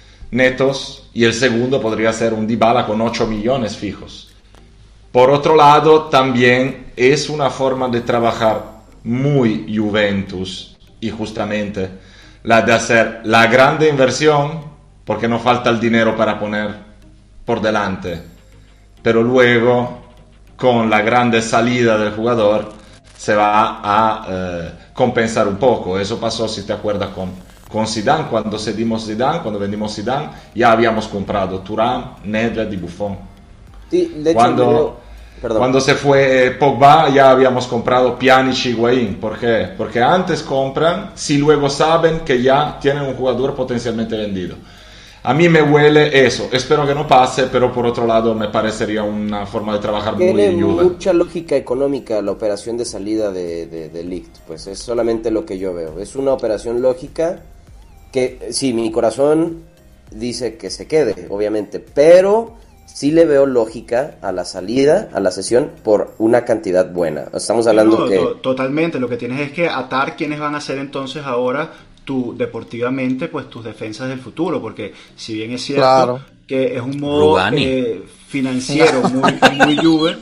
netos y el segundo podría ser un Dybala con 8 millones fijos. Por otro lado, también es una forma de trabajar muy Juventus y justamente la de hacer la grande inversión porque no falta el dinero para poner por delante, pero luego con la grande salida del jugador se va a compensar un poco. Eso pasó, si te acuerdas, con Zidane, cuando vendimos Zidane, ya habíamos comprado Thuram, Nedved y Buffon. Sí, de hecho, Cuando se fue Pogba, ya habíamos comprado Pjanic y Higuaín. ¿Por qué? Porque antes compran si luego saben que ya tienen un jugador potencialmente vendido. A mí me huele eso. Espero que no pase, pero por otro lado me parecería una forma de trabajar tiene muy Juve. mucha lógica económica la operación de salida de Ligt. Pues es solamente lo que yo veo. Es una operación lógica que, sí, mi corazón dice que se quede, obviamente, pero sí le veo lógica a la salida, a la cesión, por una cantidad buena. Estamos hablando Totalmente, lo que tienes es que atar quiénes van a ser entonces ahora deportivamente, pues tus defensas del futuro, porque si bien es cierto Claro. que es un modo financiero muy Juve,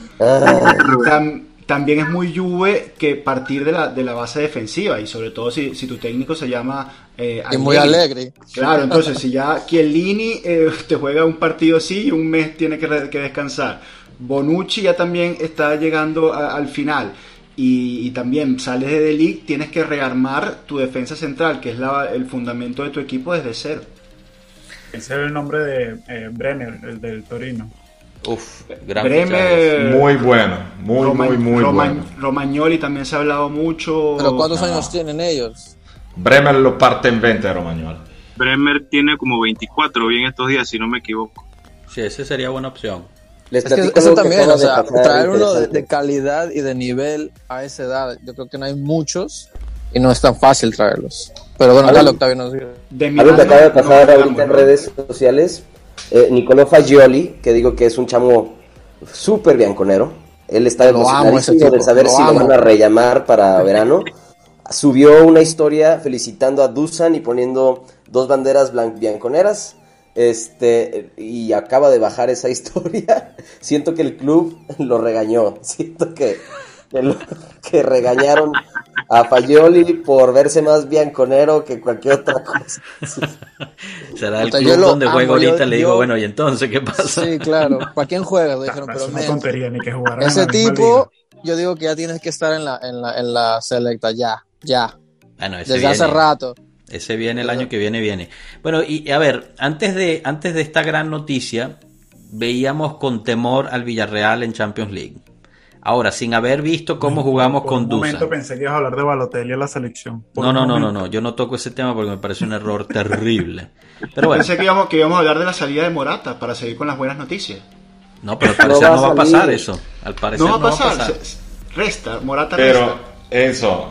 también es muy Juve que partir de la base defensiva, y sobre todo si tu técnico se llama Y muy alegre. Claro, entonces si ya Chiellini te juega un partido así y un mes tiene que descansar. Bonucci ya también está llegando al final. Y también sales de The League, tienes que rearmar tu defensa central, que es el fundamento de tu equipo desde cero. Ese es el nombre de Bremer, el del Torino. Uf, gran Bremer, Muy bueno, muy bueno. Romagnoli también se ha hablado mucho. ¿Pero cuántos años tienen ellos? Bremer lo parte en 20 Romagnoli. Bremer tiene como 24 bien estos días, si no me equivoco. Sí, ese sería buena opción. Les Es que platico eso algo que también, acaba o de sea, pasar traer uno interesante. de calidad y de nivel a esa edad, yo creo que no hay muchos y no es tan fácil traerlos. Pero bueno, dale, Octavio, nos diga. Algo que acaba de pasar ahorita en redes sociales, Nicolò Fagioli, que digo que es un chamo súper bianconero, él está Lo amo, ese emocionadísimo de tipo, saber lo si lo amo. van a rellamar para verano. Subió una historia felicitando a Dusan y poniendo 2 banderas bianconeras. Y acaba de bajar esa historia. Siento que el club lo regañó. Siento que regañaron a Fagioli por verse más bianconero que cualquier otra cosa. Sí. Será el Puta, club yo lo donde juega amo, ahorita. yo- Le digo, yo- bueno, ¿y entonces qué pasa? Sí, claro. ¿Para quién juegas? Le dijeron, Es pero una men, tontería, ni que jugaran en ese la misma tipo, yo digo que ya tienes que estar en la selecta, ya. Bueno, ese Desde hace viene. rato. Ese viene el año que viene. Bueno, y a ver, antes de esta gran noticia, veíamos con temor al Villarreal en Champions League. Ahora, sin haber visto cómo jugamos Por con un momento Dusan. pensé que ibas a hablar de Balotelli en la selección. Por No, un no, momento. yo no toco ese tema porque me parece un error terrible. Pero bueno, Pensé que íbamos a hablar de la salida de Morata para seguir con las buenas noticias. no, pero al parecer va a no va a salir. pasar eso. Al parecer No va a pasar. Resta, Morata Pero resta. Enzo,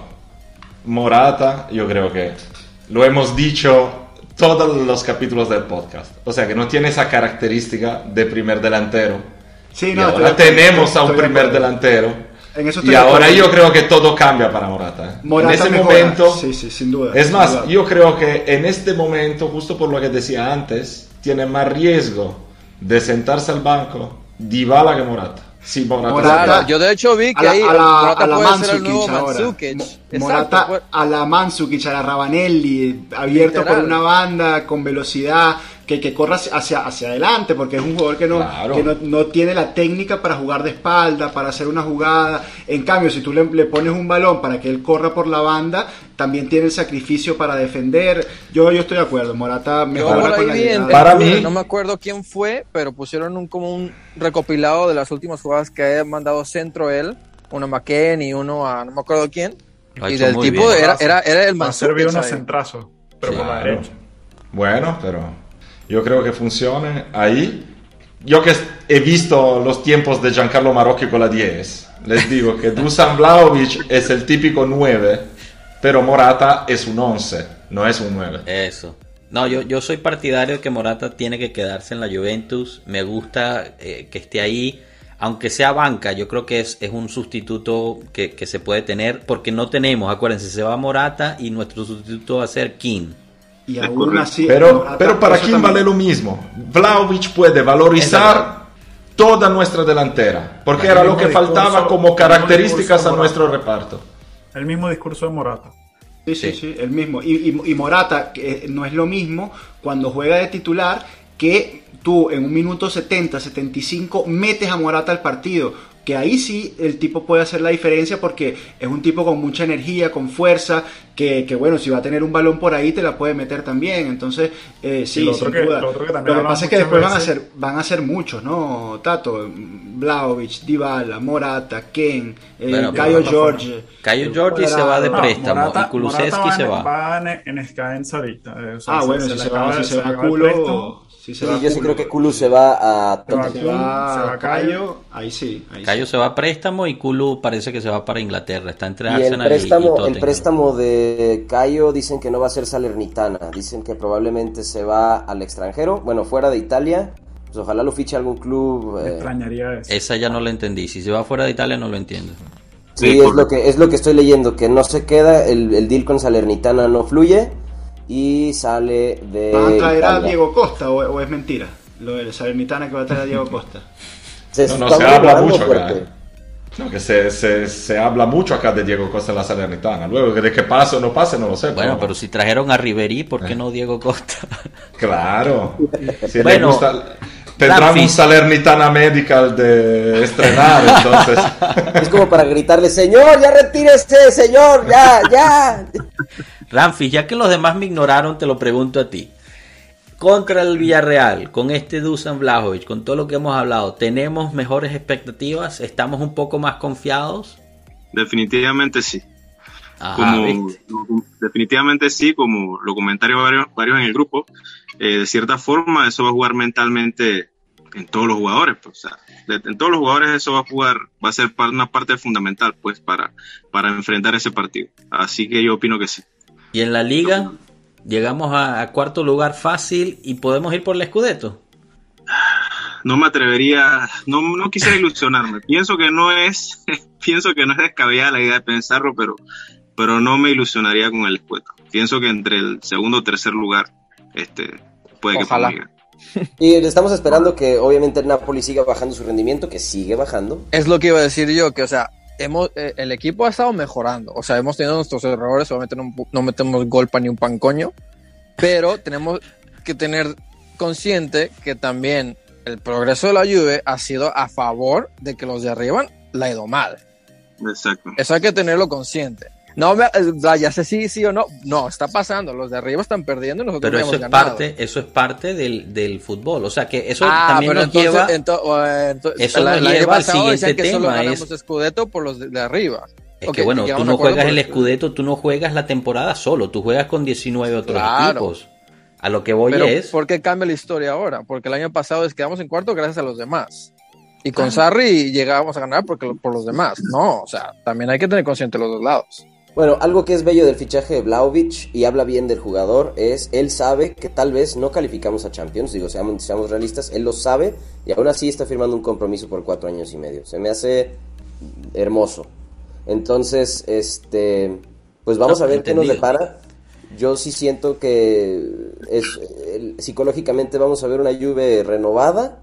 Morata, yo creo que lo hemos dicho todos los capítulos del podcast. O sea que no tiene esa característica de primer delantero. Sí, Y no, ahora estoy de acuerdo, tenemos a un estoy de primer acuerdo. delantero. En eso Y estoy de ahora acuerdo. yo creo que todo cambia para Morata. ¿eh? Morata En ese mejora. momento, Sí, sin duda. es sin más, duda. yo creo que en este momento, justo por lo que decía antes, tiene más riesgo de sentarse al banco Dybala que Morata. Sí, Morata. Morata- Claro, yo de hecho vi que ahí Morata puede ser el nuevo Mandzukic. Morata Exacto, pues. a la Mandzukic, a la Ravanelli, abierto Literal. por una banda, con velocidad, que corra hacia adelante, porque es un jugador que Claro. no tiene la técnica para jugar de espalda, para hacer una jugada. En cambio, si tú le pones un balón para que él corra por la banda, también tiene el sacrificio para defender. Yo estoy de acuerdo, Morata Yo mejora por con ahí la vi llegada. Para mí- no me acuerdo quién fue, pero pusieron como un recopilado de las últimas jugadas que había mandado centro él, uno a McKennie y uno a no me acuerdo quién. Lo ha Y hecho del muy tipo bien. era el Va a servir Mandzukic unos ahí. centrazos, pero por la Claro. derecha. Bueno, pero yo creo que funcione ahí. Yo que he visto los tiempos de Giancarlo Marocchi con la 10, les digo que Dusan Vlahovic es el típico 9, pero Morata es un 11, no es un 9. Eso. No, yo soy partidario de que Morata tiene que quedarse en la Juventus. Me gusta que esté ahí, aunque sea banca. Yo creo que es un sustituto que se puede tener, porque no tenemos, acuérdense, se va Morata y nuestro sustituto va a ser King. Y Es aún correcto. así, Pero Morata, para eso quién también- vale lo mismo. Vlahovic puede Es valorizar verdad. toda nuestra delantera, porque El era lo mismo que faltaba discurso- como el mismo características discurso a de nuestro Morata. reparto. El mismo discurso de Morata. Sí, el mismo. Y Morata, que no es lo mismo cuando juega de titular que tú en un minuto 70, 75 metes a Morata al partido. Que ahí sí el tipo puede hacer la diferencia porque es un tipo con mucha energía, con fuerza, que bueno, si va a tener un balón por ahí te la puede meter también. Entonces, sí, lo otro sin que- duda. lo otro que también Lo que hablamos pasa es que muchas después veces- van a ser muchos, ¿no? Tato, Vlahovic, Dybala, Morata, Ken, Bueno, Cayo Morata Jorge. Cayo Jorge se va de No, préstamo y Kulusevski se va. Va en Scadenza ahorita. O sea, Bueno, se si le se acaba- va, si se va acaba el culo. préstamo. Si Sí, se va yo sí Kulo. creo que Kulu se va a Se va Tottenham. Se se va va Cayo. Cayo, ahí sí. Cayo se va a préstamo y Kulu parece que se va para Inglaterra. Está entre Y el Arsenal y préstamo, Tottenham. el préstamo de Cayo dicen que no va a ser Salernitana, dicen que probablemente se va al extranjero, bueno, fuera de Italia, pues ojalá lo fiche algún club. Me extrañaría eso. Esa ya no la entendí. Si se va fuera de Italia no lo entiendo. Sí, Sí, es lo que estoy leyendo, que no se queda, el deal con Salernitana no fluye y sale de ¿Van a traer a Italia. Diego Costa o es mentira? Lo de Salernitana que va a traer a Diego Costa. Se No, está se habla rumorando mucho acá, fuerte. No, que se habla mucho acá de Diego Costa en la Salernitana. Luego, de que pase o no pase, no lo sé. Bueno, pero si trajeron a Ribery, ¿por qué no Diego Costa? Claro. Si Bueno, le gusta, tendrán Ramfis. un Salernitana Medical de estrenar, entonces. Es como para gritarle, señor, ya retírese, señor, ya. Ramfis, ya que los demás me ignoraron, te lo pregunto a ti. Contra el Villarreal, con este Dusan Vlahovic, con todo lo que hemos hablado, ¿tenemos mejores expectativas? ¿Estamos un poco más confiados? Definitivamente sí. Ajá, ¿viste? Definitivamente sí, como lo comentaron varios en el grupo. De cierta forma, eso va a jugar mentalmente en todos los jugadores. Pues, o sea, en todos los jugadores eso va a ser una parte fundamental, pues, para enfrentar ese partido. Así que yo opino que sí. ¿Y en la liga? Llegamos a cuarto lugar fácil y podemos ir por el Scudetto. No me atrevería, no quisiera ilusionarme. Pienso que no es descabellada la idea de pensarlo, pero no me ilusionaría con el Scudetto. Pienso que entre el segundo o tercer lugar, puede que Ojalá. podamos llegar. Y estamos esperando que obviamente el Napoli siga bajando su rendimiento, que sigue bajando. Es lo que iba a decir yo, que o sea, el equipo ha estado mejorando. O sea, hemos tenido nuestros errores, obviamente no metemos gol para ni un pancoño, pero tenemos que tener consciente que también el progreso de la Juve ha sido a favor de que los de arriba la ha ido mal. Exacto. Eso hay que tenerlo consciente. No, ya sé sí o no. No, está pasando. Los de arriba están perdiendo y nosotros Pero hemos eso ganado. es parte del fútbol. O sea que eso Ah, también pero nos lleva. eso nos lleva al siguiente que solo tema, ganamos Scudetto por los de arriba. Es Ok, que bueno, tú llegamos no a acuerdo juegas por el Scudetto, tú no juegas la temporada solo, tú juegas con 19 otros Claro. equipos. A lo que voy Pero es. ¿por qué cambia la historia ahora? Porque el año pasado quedamos en cuarto gracias a los demás. Y con Sarri llegábamos a ganar por los demás. No, o sea, también hay que tener consciente los dos lados. Bueno, algo que es bello del fichaje de Vlahovic y habla bien del jugador es, él sabe que tal vez no calificamos a Champions, digo, seamos realistas, él lo sabe y aún así está firmando un compromiso por 4 años y medio. Se me hace hermoso. Entonces, pues vamos a ver qué nos depara. Yo sí siento que psicológicamente vamos a ver una Juve renovada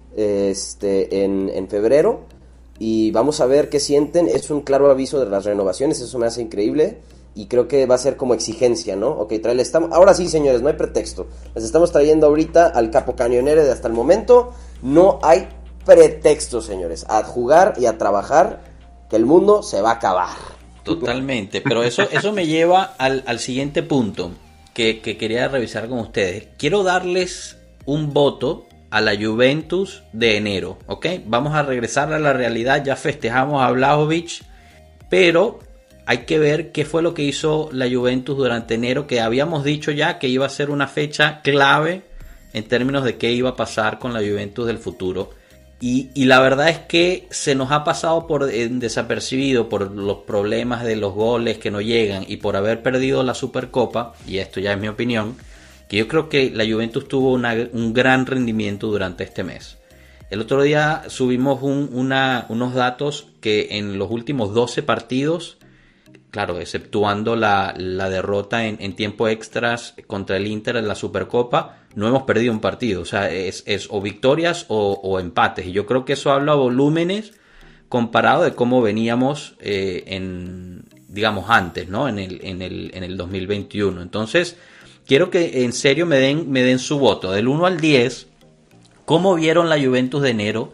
en febrero. Y vamos a ver qué sienten. Es un claro aviso de las renovaciones. Eso me hace increíble. Y creo que va a ser como exigencia, ¿no? Ok, ahora sí, señores, no hay pretexto. Les estamos trayendo ahorita al capo cañonero de hasta el momento. No hay pretexto, señores. A jugar y a trabajar, que el mundo se va a acabar. Totalmente. Pero eso me lleva al siguiente punto que quería revisar con ustedes. Quiero darles un voto a la Juventus de enero, ¿ok? Vamos a regresar a la realidad, ya festejamos a Vlahovic, pero hay que ver qué fue lo que hizo la Juventus durante enero, que habíamos dicho ya que iba a ser una fecha clave en términos de qué iba a pasar con la Juventus del futuro. Y la verdad es que se nos ha pasado por desapercibido por los problemas de los goles que no llegan y por haber perdido la Supercopa, y esto ya es mi opinión, que yo creo que la Juventus tuvo un gran rendimiento durante este mes. El otro día subimos unos datos que en los últimos 12 partidos, claro, exceptuando la derrota en tiempo extras contra el Inter en la Supercopa, no hemos perdido un partido. O sea, es o victorias o empates. Y yo creo que eso habla a volúmenes comparado de cómo veníamos digamos antes, ¿no? En el 2021. Entonces, quiero que en serio me den su voto. Del 1 al 10, ¿cómo vieron la Juventus de enero?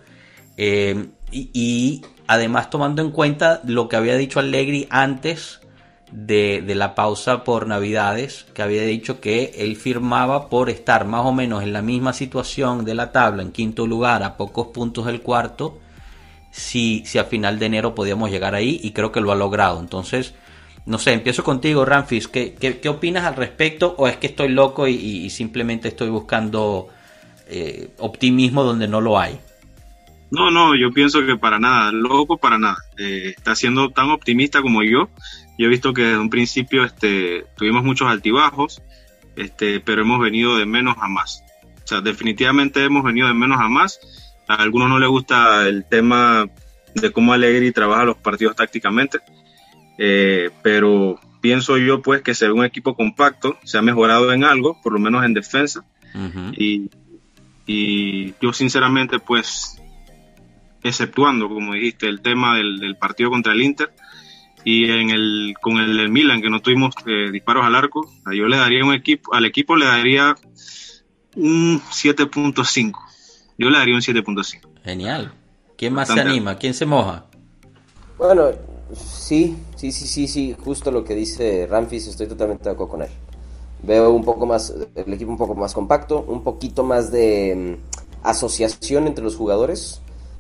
Y además tomando en cuenta lo que había dicho Allegri antes de la pausa por Navidades, que había dicho que él firmaba por estar más o menos en la misma situación de la tabla, en quinto lugar, a pocos puntos del cuarto, si a final de enero podíamos llegar ahí, y creo que lo ha logrado. Entonces, no sé, empiezo contigo, Ramfis. ¿Qué opinas al respecto? ¿O es que estoy loco y simplemente estoy buscando optimismo donde no lo hay? No, yo pienso que para nada, loco para nada. Está siendo tan optimista como yo. Yo he visto que desde un principio tuvimos muchos altibajos, pero hemos venido de menos a más. O sea, definitivamente hemos venido de menos a más. A algunos no les gusta el tema de cómo Allegri trabaja los partidos tácticamente. Pero pienso yo pues que se ve un equipo compacto, se ha mejorado en algo, por lo menos en defensa. Uh-huh. Y yo sinceramente pues exceptuando, como dijiste, el tema del partido contra el Inter. Y con el del Milan, que no tuvimos disparos al arco, yo le daría al equipo le daría un 7.5. Yo le daría un 7.5. Genial. ¿Quién más Bastante. se anima? ¿Quién se moja? Bueno, sí, justo lo que dice Ramfis, estoy totalmente de acuerdo con él. Veo un poco más, el equipo un poco más compacto, un poquito más de asociación entre los jugadores.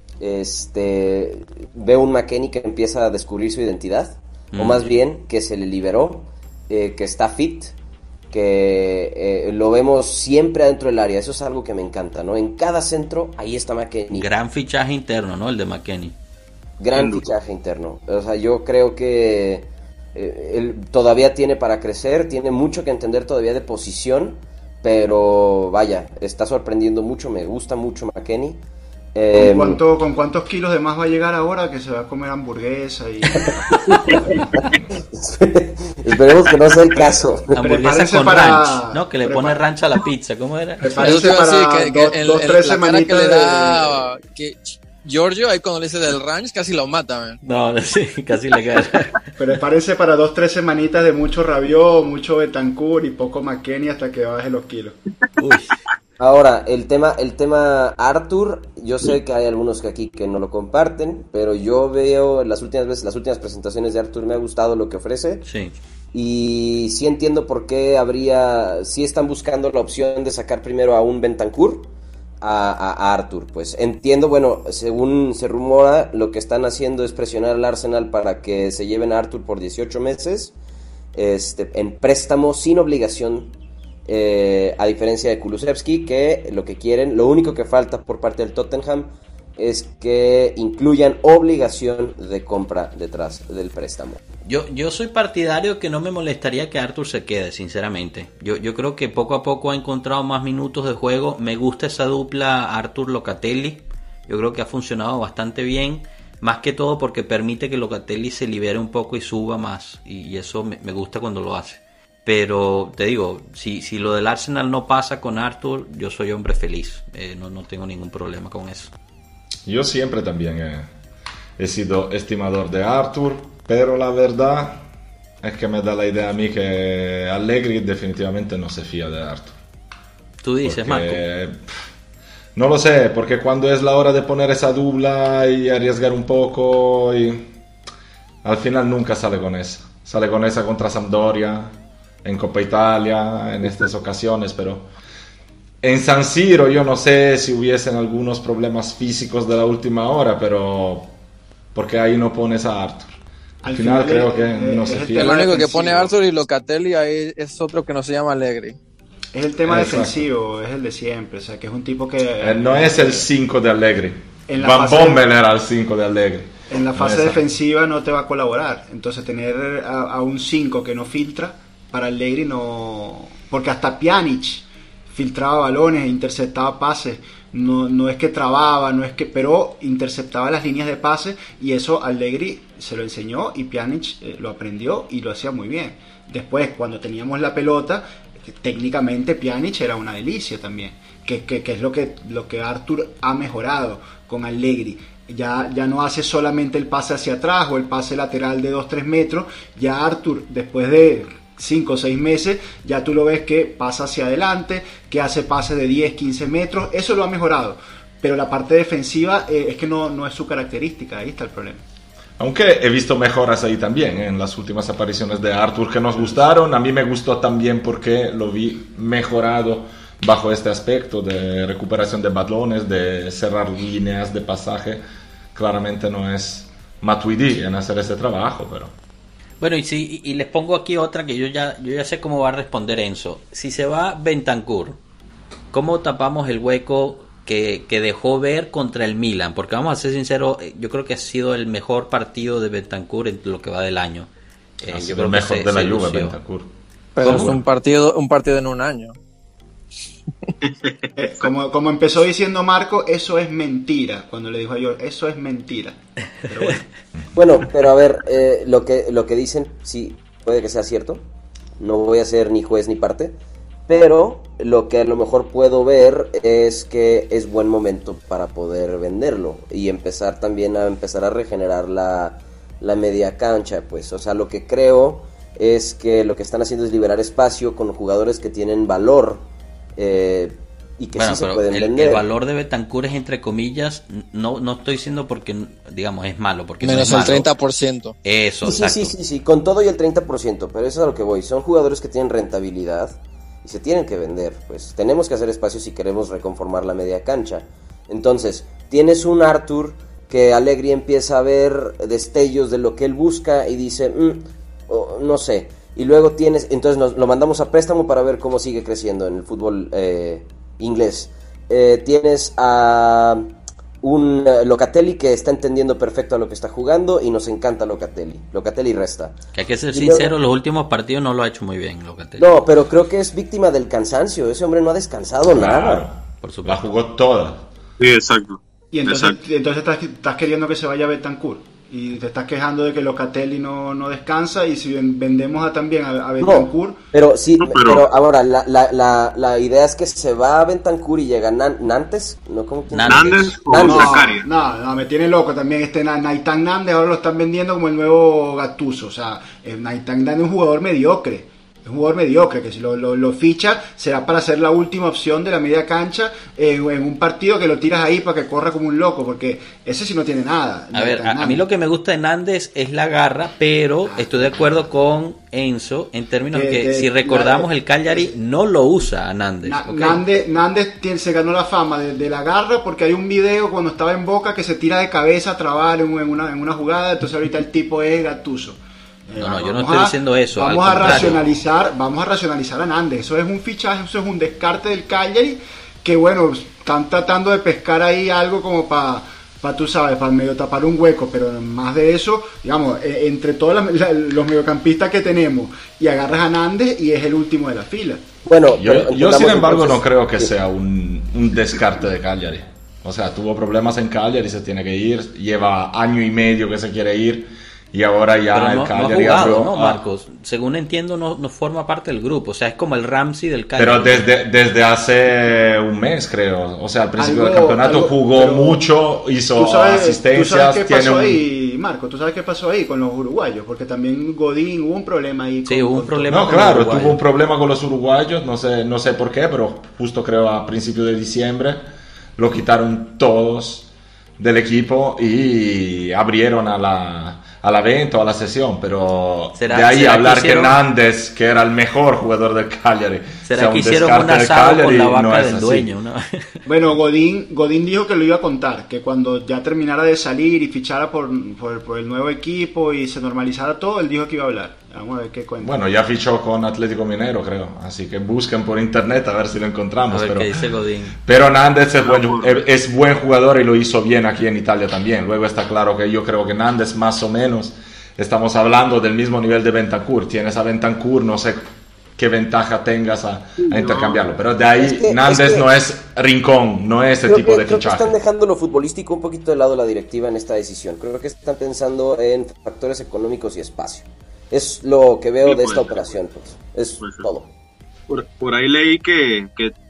Veo un McKennie que empieza a descubrir su identidad, o más bien que se le liberó, que está fit, que lo vemos siempre adentro del área. Eso es algo que me encanta, ¿no? En cada centro, ahí está McKennie. Gran fichaje interno, ¿no? El de McKennie. Gran fichaje interno. O sea, yo creo que él todavía tiene para crecer, tiene mucho que entender todavía de posición, pero vaya, está sorprendiendo mucho, me gusta mucho McKennie. ¿Con cuántos kilos de más va a llegar ahora que se va a comer hamburguesa? Y... Esperemos que no sea el caso. Hamburguesa con ranch, ¿no? Que le pone ranch a la pizza, ¿cómo era? Prepárese para tres semanitas que le da que Giorgio, ahí cuando le dice del ranch, casi lo mata, man. No, sí, casi le cae. Prepárese para 2-3 semanitas de mucho Rabiot, mucho Betancourt y poco McKennie hasta que baje los kilos. Uy. Ahora, el tema Arthur, yo sé que hay algunos aquí que no lo comparten, pero yo veo las últimas presentaciones de Arthur, me ha gustado lo que ofrece. Sí. Y sí entiendo por qué sí están buscando la opción de sacar primero a un Betancourt a Arthur. Pues entiendo, bueno, según se rumora, lo que están haciendo es presionar al Arsenal para que se lleven a Arthur por 18 meses, en préstamo sin obligación. A diferencia de Kulusevski, que lo único que falta por parte del Tottenham es que incluyan obligación de compra detrás del préstamo. Yo soy partidario que no me molestaría que Arthur se quede, sinceramente. Yo creo que poco a poco ha encontrado más minutos de juego. Me gusta esa dupla Arthur-Locatelli. Yo creo que ha funcionado bastante bien, más que todo porque permite que Locatelli se libere un poco y suba más, y eso me gusta cuando lo hace. Pero te digo, si lo del Arsenal no pasa con Arthur, yo soy hombre feliz. No tengo ningún problema con eso. Yo siempre también he sido estimador de Arthur, pero la verdad es que me da la idea a mí que Allegri definitivamente no se fía de Arthur. Tú dices, porque, Marco. No lo sé, porque cuando es la hora de poner esa dupla y arriesgar un poco, y al final nunca sale con esa. Sale con esa contra Sampdoria, en Coppa Italia, en estas ocasiones, pero en San Siro yo no sé si hubiesen algunos problemas físicos de la última hora, pero porque ahí no pones a Arthur. Al final creo que no se fía. El único que pone a Arthur y Locatelli ahí es otro que no se llama Allegri. Es el tema defensivo, es el de siempre, o sea, que es un tipo que... no es el 5 de Allegri. Van Bommel era el 5 de Allegri. En la fase defensiva no te va a colaborar, entonces tener a un 5 que no filtra, para Allegri no... Porque hasta Pjanic filtraba balones, interceptaba pases, no es que trababa, pero interceptaba las líneas de pase, y eso Allegri se lo enseñó y Pjanic lo aprendió y lo hacía muy bien. Después, cuando teníamos la pelota, técnicamente Pjanic era una delicia también, que es lo que Arthur ha mejorado con Allegri. Ya no hace solamente el pase hacia atrás o el pase lateral de 2-3 metros, ya Arthur, después de 5 o 6 meses, ya tú lo ves que pasa hacia adelante, que hace pases de 10-15 metros, eso lo ha mejorado, pero la parte defensiva es que no es su característica, ahí está el problema. Aunque he visto mejoras ahí también, en las últimas apariciones de Arthur que nos gustaron. A mí me gustó también porque lo vi mejorado bajo este aspecto de recuperación de balones, de cerrar líneas de pasaje. Claramente no es Matuidi en hacer ese trabajo, pero... Bueno, y les pongo aquí otra que yo ya sé cómo va a responder Enzo. Si se va Betancourt, ¿cómo tapamos el hueco que dejó ver contra el Milan? Porque vamos a ser sinceros, yo creo que ha sido el mejor partido de Betancourt en lo que va del año. Yo creo el mejor de la Juve, Betancourt. Pero es un partido en un año. Como empezó diciendo Marco, eso es mentira. Cuando le dijo a George, eso es mentira. Pero bueno. Bueno, pero a ver, lo que dicen, sí, puede que sea cierto. No voy a ser ni juez ni parte. pero lo que a lo mejor puedo ver es que es buen momento para poder venderlo y empezar también a regenerar la media cancha, pues. O sea, lo que creo es que lo que están haciendo es liberar espacio con jugadores que tienen valor y que sí se pueden vender. El valor de Bentancur es entre comillas, no estoy diciendo porque, digamos, es malo, porque menos no es el malo. 30%. Eso, exacto. Sí, con todo y el 30%, pero eso es a lo que voy. Son jugadores que tienen rentabilidad y se tienen que vender, pues tenemos que hacer espacio si queremos reconformar la media cancha. Entonces, tienes un Arthur que Allegri empieza a ver destellos de lo que él busca y dice, no sé, y luego tienes, entonces lo mandamos a préstamo para ver cómo sigue creciendo en el fútbol inglés. Tienes a un Locatelli que está entendiendo perfecto a lo que está jugando y nos encanta Locatelli resta. Que hay que ser sincero, los últimos partidos no lo ha hecho muy bien Locatelli. No, pero creo que es víctima del cansancio, ese hombre no ha descansado nada. Por supuesto. La jugó toda. Sí, exacto. Y entonces estás queriendo que se vaya Bentancur y te estás quejando de que Locatelli no descansa, y si vendemos también a Bentancur. No, pero sí, pero ahora la idea es que se va a Bentancur y llega Nantes, ¿no? ¿Cómo que Nantes o Zakaria? No, me tiene loco también Naitan Nantes, ahora lo están vendiendo como el nuevo Gattuso. O sea, Naitan Nantes es un jugador mediocre. Es un jugador mediocre que si lo ficha será para ser la última opción de la media cancha en un partido que lo tiras ahí para que corra como un loco, porque ese sí no tiene nada. A ver, a mí lo que me gusta de Nández es la garra, pero estoy de acuerdo con Enzo en términos que si recordamos el Cagliari no lo usa a Nández. Nández se ganó la fama de la garra porque hay un video cuando estaba en Boca que se tira de cabeza a trabar en una jugada, entonces ahorita el tipo es Gattuso. No, yo no estoy diciendo eso. Vamos a racionalizar a Nández. Eso es un fichaje, eso es un descarte del Cagliari que, bueno, están tratando de pescar ahí algo como para tú sabes, para medio tapar un hueco, pero más de eso, digamos, entre todos los mediocampistas que tenemos, y agarras a Nández y es el último de la fila. Bueno, yo sin embargo no creo que sea un descarte de Cagliari. O sea, tuvo problemas en Cagliari, se tiene que ir, lleva año y medio que se quiere ir. Y ahora ya pero el Cagliari no ha jugado, ¿no, Marcos? Según entiendo, no forma parte del grupo. O sea, es como el Ramsey del Cagliari. Pero desde hace un mes, creo. O sea, al principio del campeonato jugó mucho, hizo asistencias. ¿Tú sabes qué pasó ahí, Marco? ¿Tú sabes qué pasó ahí con los uruguayos? Porque también Godín hubo un problema ahí. Sí, hubo un problema. No, claro, tuvo un problema con los uruguayos. No sé por qué, pero justo creo a principios de diciembre lo quitaron todos del equipo y abrieron a la venta o a la sesión, pero de ahí hablar que Nández, que era el mejor jugador del Cagliari, ¿será que hicieron un asado con la vaca del dueño? ¿No? Bueno, Godín dijo que lo iba a contar, que cuando ya terminara de salir y fichara por el nuevo equipo y se normalizara todo, él dijo que iba a hablar. Vamos a ver qué cuenta. Bueno, ya fichó con Atlético Minero, creo, así que busquen por internet a ver si lo encontramos. A ver qué dice Godín. Pero Nández es buen jugador y lo hizo bien aquí en Italia también. Luego está claro que yo creo que Nández más o menos estamos hablando del mismo nivel de Bentancur. Tienes a Bentancur, no sé qué ventaja tengas a intercambiarlo, pero de ahí Nández no es rincón, no es ese tipo de fichaje. Creo que están dejando lo futbolístico un poquito de lado la directiva en esta decisión. Creo que están pensando en factores económicos y espacio. Es lo que veo de esta operación, pues. Es todo. Por ahí leí que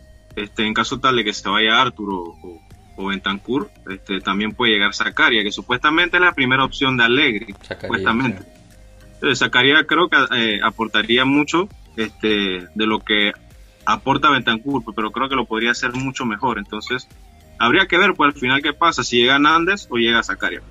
en caso tal de que se vaya Arturo o Bentancur, también puede llegar Zakaria, que supuestamente es la primera opción de Allegri, supuestamente. Entonces, Zakaria creo que aportaría mucho de lo que aporta Bentancur, pero creo que lo podría hacer mucho mejor. Entonces, habría que ver pues al final qué pasa, si llega Nández o llega Zakaria.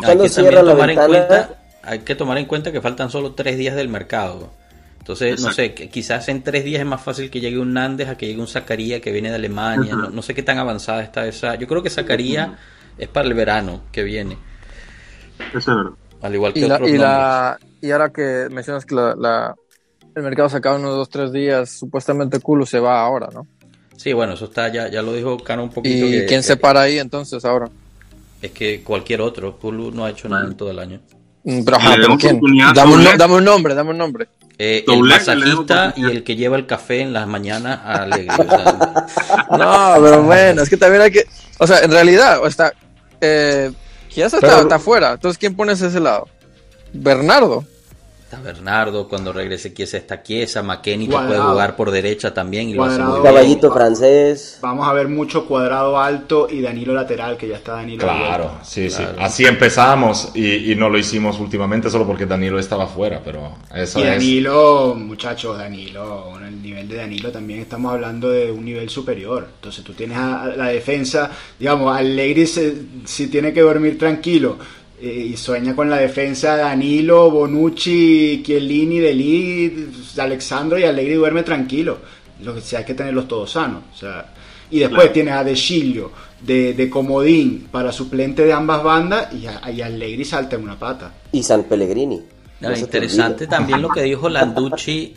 Hay que tomar en cuenta que faltan solo 3 días del mercado. Entonces, exacto. No sé, quizás en 3 días es más fácil que llegue un Nández a que llegue un Zakaria que viene de Alemania. No sé qué tan avanzada está esa. Yo creo que Zakaria es para el verano que viene. Eso es verdad. Al igual que otros nombres. Y ahora que mencionas que el mercado se acaba unos 2-3 días, supuestamente Kulu se va ahora, ¿no? Sí, bueno, eso está ya lo dijo Cano un poquito. ¿Y quién se para ahí entonces ahora? Es que cualquier otro. Kulu no ha hecho nada en todo el año. Pero ¿quién? Dame un nombre. El masajista y el que lleva el café en las mañanas a Allegri. O sea, no, pero bueno, es que también hay que... O sea, en realidad, Chiesa está afuera. Entonces, ¿quién pones a ese lado? Bernardo. está Bernardo, cuando regrese Chiesa está Chiesa, McKennie que Cuadrado. puede jugar por derecha también y lo hace Cuadrado. muy bien. Caballito francés. Vamos a ver mucho Cuadrado alto y Danilo lateral, que ya está Danilo. de Claro, vuelta. sí, sí. Así empezamos y no lo hicimos últimamente solo porque Danilo estaba fuera, pero eso Y es... Danilo, muchachos, Danilo, bueno, el nivel de Danilo también estamos hablando de un nivel superior. Entonces tú tienes a la defensa, digamos, Allegri si tiene que dormir tranquilo y sueña con la defensa Danilo, Bonucci, Chiellini, De Ligt, Alexandro, y Allegri duerme tranquilo. Lo que sí hay que tenerlos todos sanos. O sea, y después tienes a De Sciglio de comodín para suplente de ambas bandas y Allegri salta en una pata. Y San Pellegrini. No, No se te interesante olvide. también lo que dijo Landucci,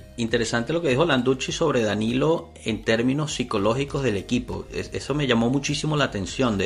sobre Danilo en términos psicológicos del equipo. Eso me llamó muchísimo la atención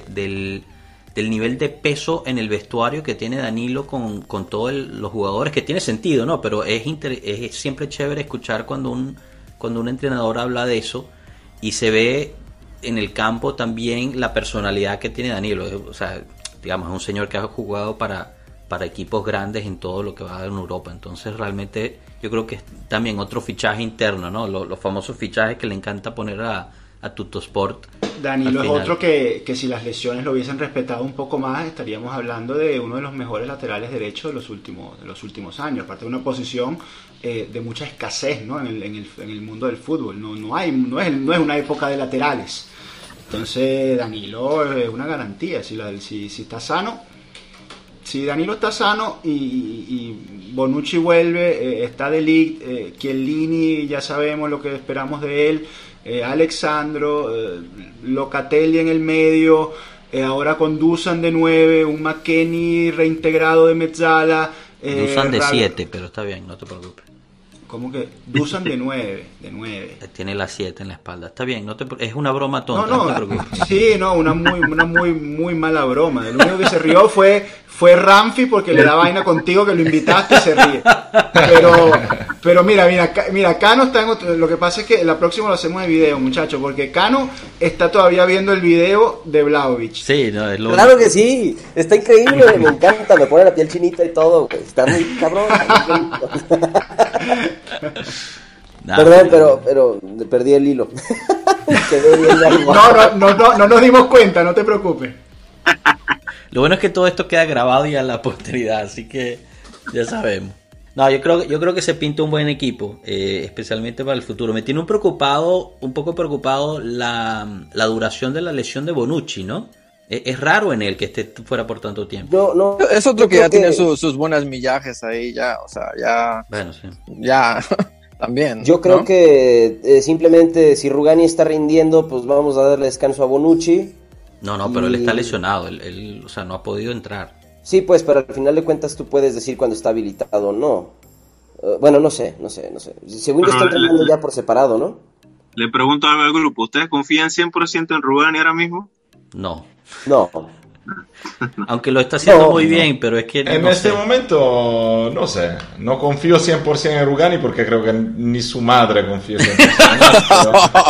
del nivel de peso en el vestuario que tiene Danilo con todos los jugadores, que tiene sentido, ¿no? Pero es siempre chévere escuchar cuando un entrenador habla de eso y se ve en el campo también la personalidad que tiene Danilo. O sea, digamos, es un señor que ha jugado para equipos grandes en todo lo que va en Europa. Entonces realmente yo creo que es también otro fichaje interno, ¿no? Los famosos fichajes que le encanta poner a Tuttosport. Danilo Al es final. otro que si las lesiones lo hubiesen respetado un poco más, estaríamos hablando de uno de los mejores laterales derechos de los últimos años. Aparte de una posición de mucha escasez, ¿no? en el mundo del fútbol. No es una época de laterales. Entonces Danilo es una garantía. Si está sano, si Danilo está sano y Bonucci vuelve, está De Ligt, Chiellini, ya sabemos lo que esperamos de él. Alexandro, Locatelli en el medio, ahora con Dusan de 9, un McKennie reintegrado de Mezzala. Dusan de 7, pero está bien, no te preocupes. ¿Cómo que? Dusan de 9, de 9. Tiene la 7 en la espalda. Está bien, es una broma tonta, No, no te preocupes. sí, no, una muy mala broma. El único que se rió fue Ramfi porque le da vaina contigo que lo invitaste y se ríe. Pero mira, Cano está en otro. Lo que pasa es que la próxima lo hacemos en video, muchachos, porque Cano está todavía viendo el video de Vlahovic. Sí, no, es lo Claro que sí, está increíble, me encanta, me pone la piel chinita y todo, güey. Está muy cabrón. Nada, Perdón, pero perdí el hilo. Quedé viendo algo. No nos dimos cuenta, no te preocupes. Lo bueno es que todo esto queda grabado ya en la posteridad, así que ya sabemos. No, yo creo que se pinta un buen equipo, especialmente para el futuro. Me tiene un poco preocupado la duración de la lesión de Bonucci, ¿no? Es raro en él que esté fuera por tanto tiempo. No, Es otro yo que ya creo tiene sus buenas millajes ahí, ya, o sea, ya, Bueno, sí. ya, también. Yo creo ¿no? que simplemente si Rugani está rindiendo, pues vamos a darle descanso a Bonucci. No, pero él está lesionado, él, o sea, no ha podido entrar. Sí, pues, pero al final de cuentas tú puedes decir cuando está habilitado o no. Bueno, no sé. Según yo está entrenando ya por separado, ¿no? Le pregunto algo al grupo, ¿ustedes confían 100% en Rugani ahora mismo? No. No. Aunque lo está haciendo No, muy no. bien, pero es que En no este sé. momento, no sé, no confío 100% en Rugani porque creo que ni su madre confía 100% en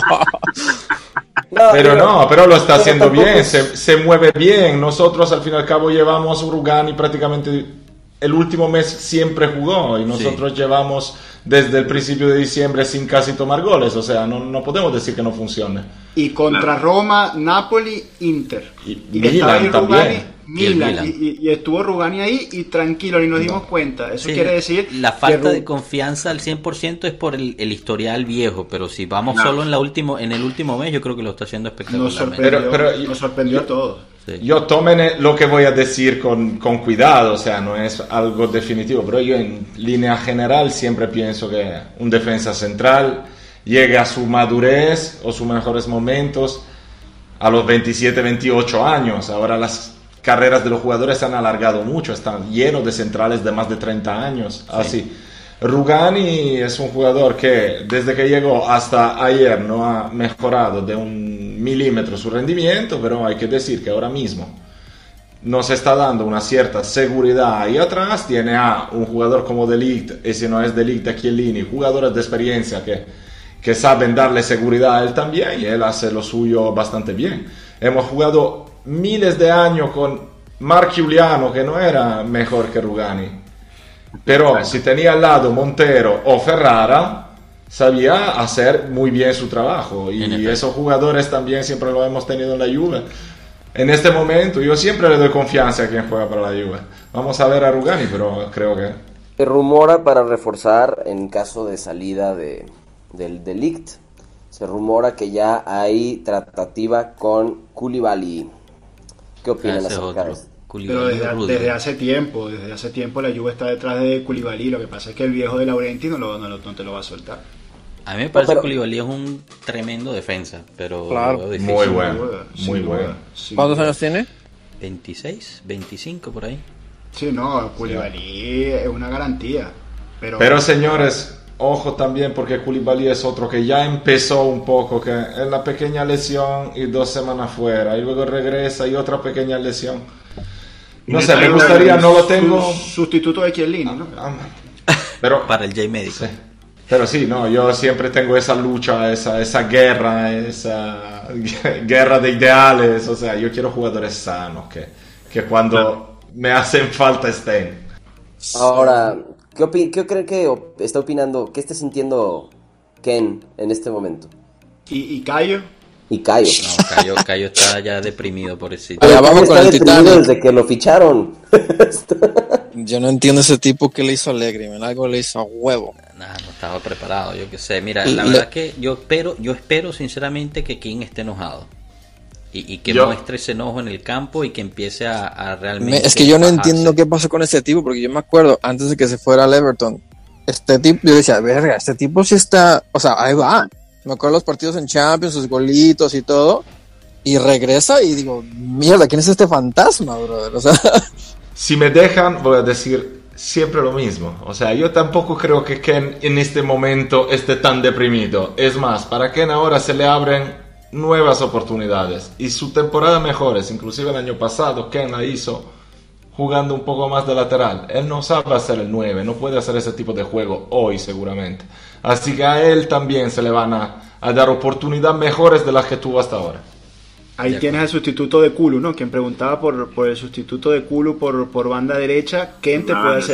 él, pero lo está haciendo tampoco bien, es- se mueve bien. Nosotros al fin y al cabo llevamos Rugani prácticamente el último mes siempre jugó y nosotros llevamos desde el principio de diciembre sin casi tomar goles, o sea, no podemos decir que no funcione. Y contra Roma, Napoli, Inter. Y estaba ahí Milan también. Y el Milan. Y estuvo Rugani ahí y tranquilo, ni nos dimos cuenta. Eso Sí, quiere decir la falta que de confianza al 100% es por el historial viejo, pero si vamos No. solo en el último mes, yo creo que lo está haciendo nos espectacularmente. sorprendió, Pero- nos sorprendió a todos. Sí. Yo tomen lo que voy a decir con cuidado, o sea, no es algo definitivo, pero yo en línea general siempre pienso que un defensa central llegue a su madurez o sus mejores momentos a los 27, 28 años. Ahora las carreras de los jugadores se han alargado mucho, están llenos de centrales de más de 30 años, así. Rugani es un jugador que desde que llegó hasta ayer no ha mejorado de 1 milímetro su rendimiento, pero hay que decir que ahora mismo nos está dando una cierta seguridad ahí atrás. Tiene a un jugador como De Ligt, y si no es De Ligt, a Chiellini, jugadores de experiencia que saben darle seguridad a él también, y él hace lo suyo bastante bien. Hemos jugado miles de años con Mark Giuliano, que no era mejor que Rugani. Pero si tenía al lado Montero o Ferrara, sabía hacer muy bien su trabajo. Y esos jugadores también siempre lo hemos tenido en la Juve. En este momento yo siempre le doy confianza a quien juega para la Juve. Vamos a ver a Rugani, pero creo que... Se rumora para reforzar en caso de salida del De Ligt. Se rumora que ya hay tratativa con Koulibaly. ¿Qué opinan acerca de esto? Pero desde hace tiempo la Juve está detrás de Koulibaly. Lo que pasa es que el viejo de Laurenti no te lo va a soltar. A mí me parece que Koulibaly es un tremendo defensa, pero claro, muy bueno, muy bueno. ¿Cuántos años tiene? 26, 25 por ahí. Sí, no, Koulibaly es una garantía. Pero señores, ojo también porque Koulibaly es otro que ya empezó un poco, que es la pequeña lesión y 2 semanas fuera, y luego regresa y otra pequeña lesión. No sé, me gustaría, no lo tengo... Sustituto de Chiellini, ¿no? Pero, para el J médico. Sí. Pero sí, no, yo siempre tengo esa lucha, esa guerra de ideales. O sea, yo quiero jugadores sanos que cuando me hacen falta estén. Ahora, ¿qué cree que está opinando? ¿Qué está sintiendo Ken en este momento? ¿Y Cayo? Y Cayo. No, Cayo está ya deprimido por ese sitio. Está deprimido desde que lo ficharon. Yo no entiendo ese tipo que le hizo Allegri, algo le hizo a huevo. No estaba preparado, yo qué sé. Mira, la verdad es que yo espero sinceramente que King esté enojado. Y que muestre ese enojo en el campo y que empiece a realmente... Es que yo no entiendo qué pasó con ese tipo, porque yo me acuerdo, antes de que se fuera al Everton, este tipo, yo decía, verga, este tipo sí está... O sea, ahí va. Me acuerdo los partidos en Champions, sus golitos y todo. Y regresa y digo, mierda, ¿quién es este fantasma, brother? O sea... Si me dejan, voy a decir siempre lo mismo. O sea, yo tampoco creo que Ken en este momento esté tan deprimido. Es más, para Ken ahora se le abren nuevas oportunidades. Y su temporada mejores, inclusive el año pasado, Ken la hizo jugando un poco más de lateral. Él no sabe hacer el 9, no puede hacer ese tipo de juego hoy seguramente. Así que a él también se le van a dar oportunidades mejores de las que tuvo hasta ahora. Ahí tienes el sustituto de Kulu, ¿no? Quien preguntaba por el sustituto de Kulu por banda derecha. ¿Quién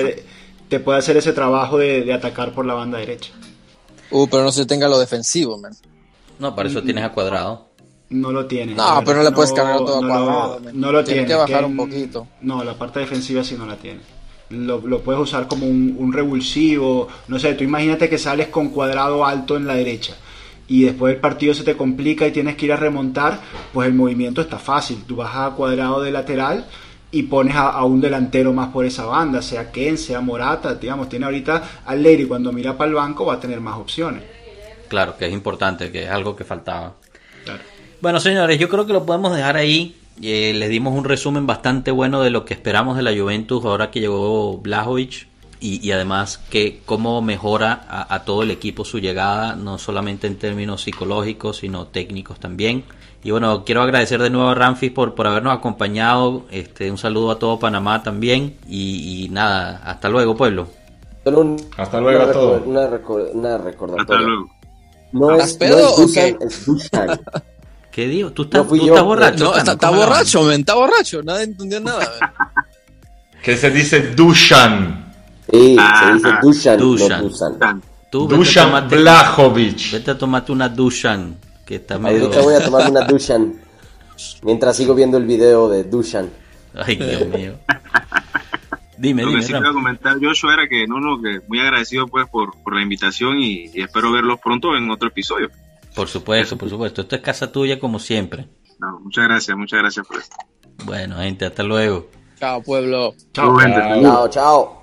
te puede hacer ese trabajo de atacar por la banda derecha? Pero no se tenga lo defensivo, man. No, para eso tienes a Cuadrado. No lo tienes. No, pero no le puedes cargar todo a Cuadrado. No lo tiene. Tiene que bajar un poquito. No, la parte defensiva sí no la tiene. Lo puedes usar como un revulsivo. No sé, tú imagínate que sales con Cuadrado alto en la derecha y después el partido se te complica y tienes que ir a remontar, pues el movimiento está fácil. Tú vas a Cuadrado de lateral y pones a un delantero más por esa banda, sea Ken, sea Morata, digamos, tiene ahorita a Allegri, cuando mira para el banco va a tener más opciones. Claro, que es importante, que es algo que faltaba. Claro. Bueno, señores, yo creo que lo podemos dejar ahí. Les dimos un resumen bastante bueno de lo que esperamos de la Juventus ahora que llegó Blažević. Y además que cómo mejora a todo el equipo su llegada, no solamente en términos psicológicos, sino técnicos también. Y bueno, quiero agradecer de nuevo a Ramfis por habernos acompañado. Un saludo a todo Panamá también. Y nada, hasta luego, pueblo. Hasta luego a todos. Una recordatoria. Hasta luego. No es Dusan, es Dusan. ¿Qué digo? ¿Tú estás borracho? No, está borracho, men, está borracho. Nadie entendió nada, men. Que se dice Dusan. Sí, se dice Dusan, no Dusan. Dusan Blažević. Vete a tomarte una Dusan, que está medio... Ahorita voy a tomarme una Dusan, mientras sigo viendo el video de Dusan. Ay, Dios mío. Dime, Lo que sí quiero comentar, Joshua, era que que muy agradecido pues por la invitación y espero verlos pronto en otro episodio. Por supuesto. Esto es casa tuya como siempre. No, muchas gracias por esto. Bueno, gente, hasta luego. Chao, pueblo. Chao, gente. Chao.